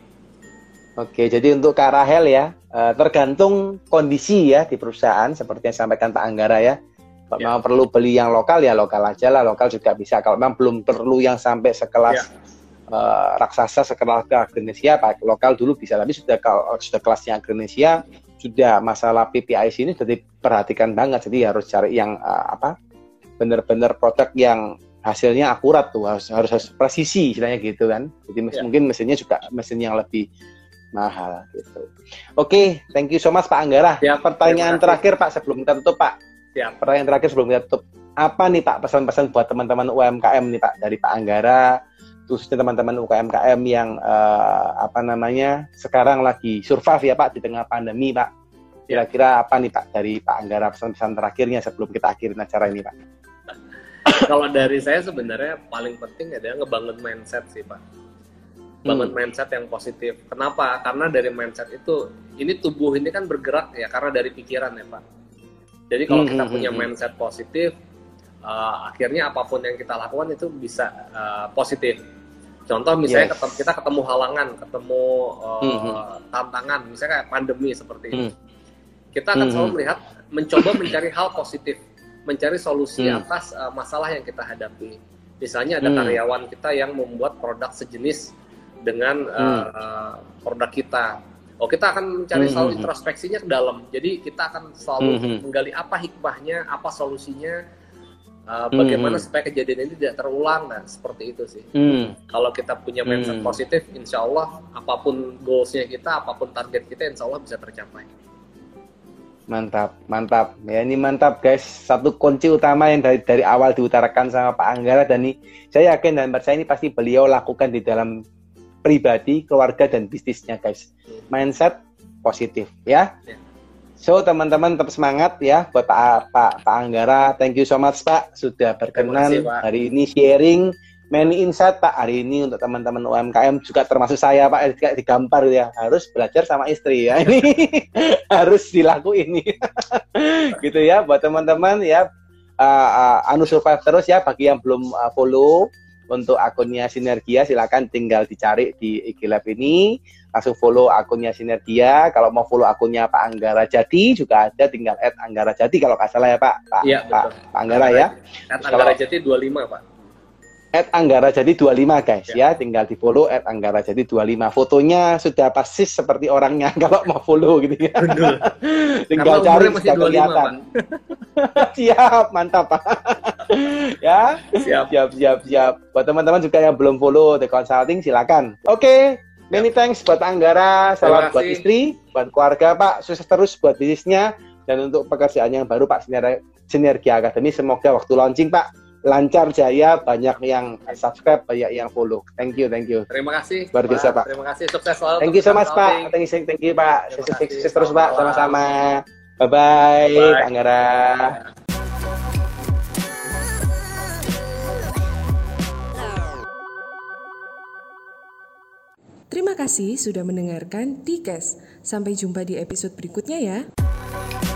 Oke, jadi untuk Kak Rahel ya, uh, tergantung kondisi ya di perusahaan seperti yang disampaikan Pak Anggara ya. Kalau ya. Memang perlu beli yang lokal ya lokal aja lah, lokal juga bisa. Kalau memang belum perlu yang sampai sekelas ya. uh, raksasa, sekelas Agranesia, Pak lokal dulu bisa. Tapi sudah kalau sudah kelasnya Agranesia, sudah masalah P P I C ini sudah diperhatikan banget. Jadi harus cari yang uh, apa, benar-benar produk yang hasilnya akurat tuh, harus harus, harus presisi istilahnya gitu kan. Jadi mes- ya. mungkin mesinnya juga mesin yang lebih mahal gitu. Oke, okay, thank you so much Pak Anggara. Ya, pertanyaan terakhir Pak sebelum kita tutup Pak. Ya. Pertanyaan terakhir sebelum kita tutup. Apa nih Pak pesan-pesan buat teman-teman U M K M nih Pak dari Pak Anggara, khususnya teman-teman U M K M yang uh, apa namanya sekarang lagi survive ya Pak di tengah pandemi Pak. Kira-kira apa nih Pak dari Pak Anggara pesan-pesan terakhirnya sebelum kita akhirin acara ini Pak? Kalau dari saya sebenarnya paling penting adalah ngebangun mindset sih Pak. Bangun hmm. mindset yang positif. Kenapa? Karena dari mindset itu, ini tubuh ini kan bergerak ya karena dari pikiran ya Pak. Jadi kalau hmm, kita punya hmm, mindset positif, uh, akhirnya apapun yang kita lakukan itu bisa uh, positif. Contoh misalnya yes. ketemu, kita ketemu halangan, ketemu uh, hmm. tantangan, misalnya kayak pandemi seperti ini. Hmm. Kita akan hmm. selalu melihat, mencoba mencari hal positif, mencari solusi hmm. atas uh, masalah yang kita hadapi. Misalnya ada hmm. karyawan kita yang membuat produk sejenis dengan hmm. uh, produk kita. Oh, kita akan mencari hmm. selalu introspeksinya ke dalam. Jadi kita akan selalu hmm. menggali apa hikmahnya, apa solusinya, uh, bagaimana hmm. supaya kejadian ini tidak terulang. Nah, seperti itu sih. Hmm. Kalau kita punya mindset hmm. positif, insya Allah apapun goals-nya kita, apapun target kita, insya Allah bisa tercapai. Mantap, mantap. Ya ini mantap guys. Satu kunci utama yang dari dari awal diutarakan sama Pak Anggara, dan ini saya yakin dan percaya ini pasti beliau lakukan di dalam pribadi, keluarga, dan bisnisnya guys. Mindset positif ya. So teman-teman tetap semangat ya buat Pak Pak Pak Anggara. Thank you so much Pak sudah berkenan kasih, Pak. Hari ini sharing many insight Pak. Hari ini untuk teman-teman U M K M juga termasuk saya Pak, kayak digampar ya, harus belajar sama istri ya. Ini harus dilakuin ini. Gitu ya buat teman-teman ya. Uh, uh, anu survive terus ya. Bagi yang belum uh, follow untuk akunnya Sinergia, silakan tinggal dicari di I G Lab ini, langsung follow akunnya Sinergia. Kalau mau follow akunnya Pak Anggara Jati juga ada, tinggal add Anggara Jati kalau nggak salah ya Pak. Pak, ya, Pak, Pak Anggara ya. Add Anggara Jati dua puluh lima Pak. Add Anggara Jati dua puluh lima guys ya, ya. Tinggal di follow add Anggara Jati dua puluh lima. Fotonya sudah pasti seperti orangnya kalau mau follow gitu ya. Tinggal cari sudah kelihatan. Siap, mantap Pak. Ya, siap, siap, siap, siap. Buat teman-teman juga yang belum follow The Consulting, silakan. Oke, Many thanks buat Anggara, salam buat istri, buat keluarga Pak, sukses terus buat bisnisnya, dan untuk pekerjaan yang baru Pak Sinergi Academy, semoga waktu launching Pak lancar jaya, banyak yang subscribe, banyak yang follow. Thank you, thank you. Terima kasih. Luar biasa Pak. Terima kasih, sukses selalu. Thank you so much Pak. Thank you, thank you Pak. Sukses, sukses terus Pak, sama-sama. Bye-bye, Pak Anggara. Terima kasih sudah mendengarkan T-Cast. Sampai jumpa di episode berikutnya ya.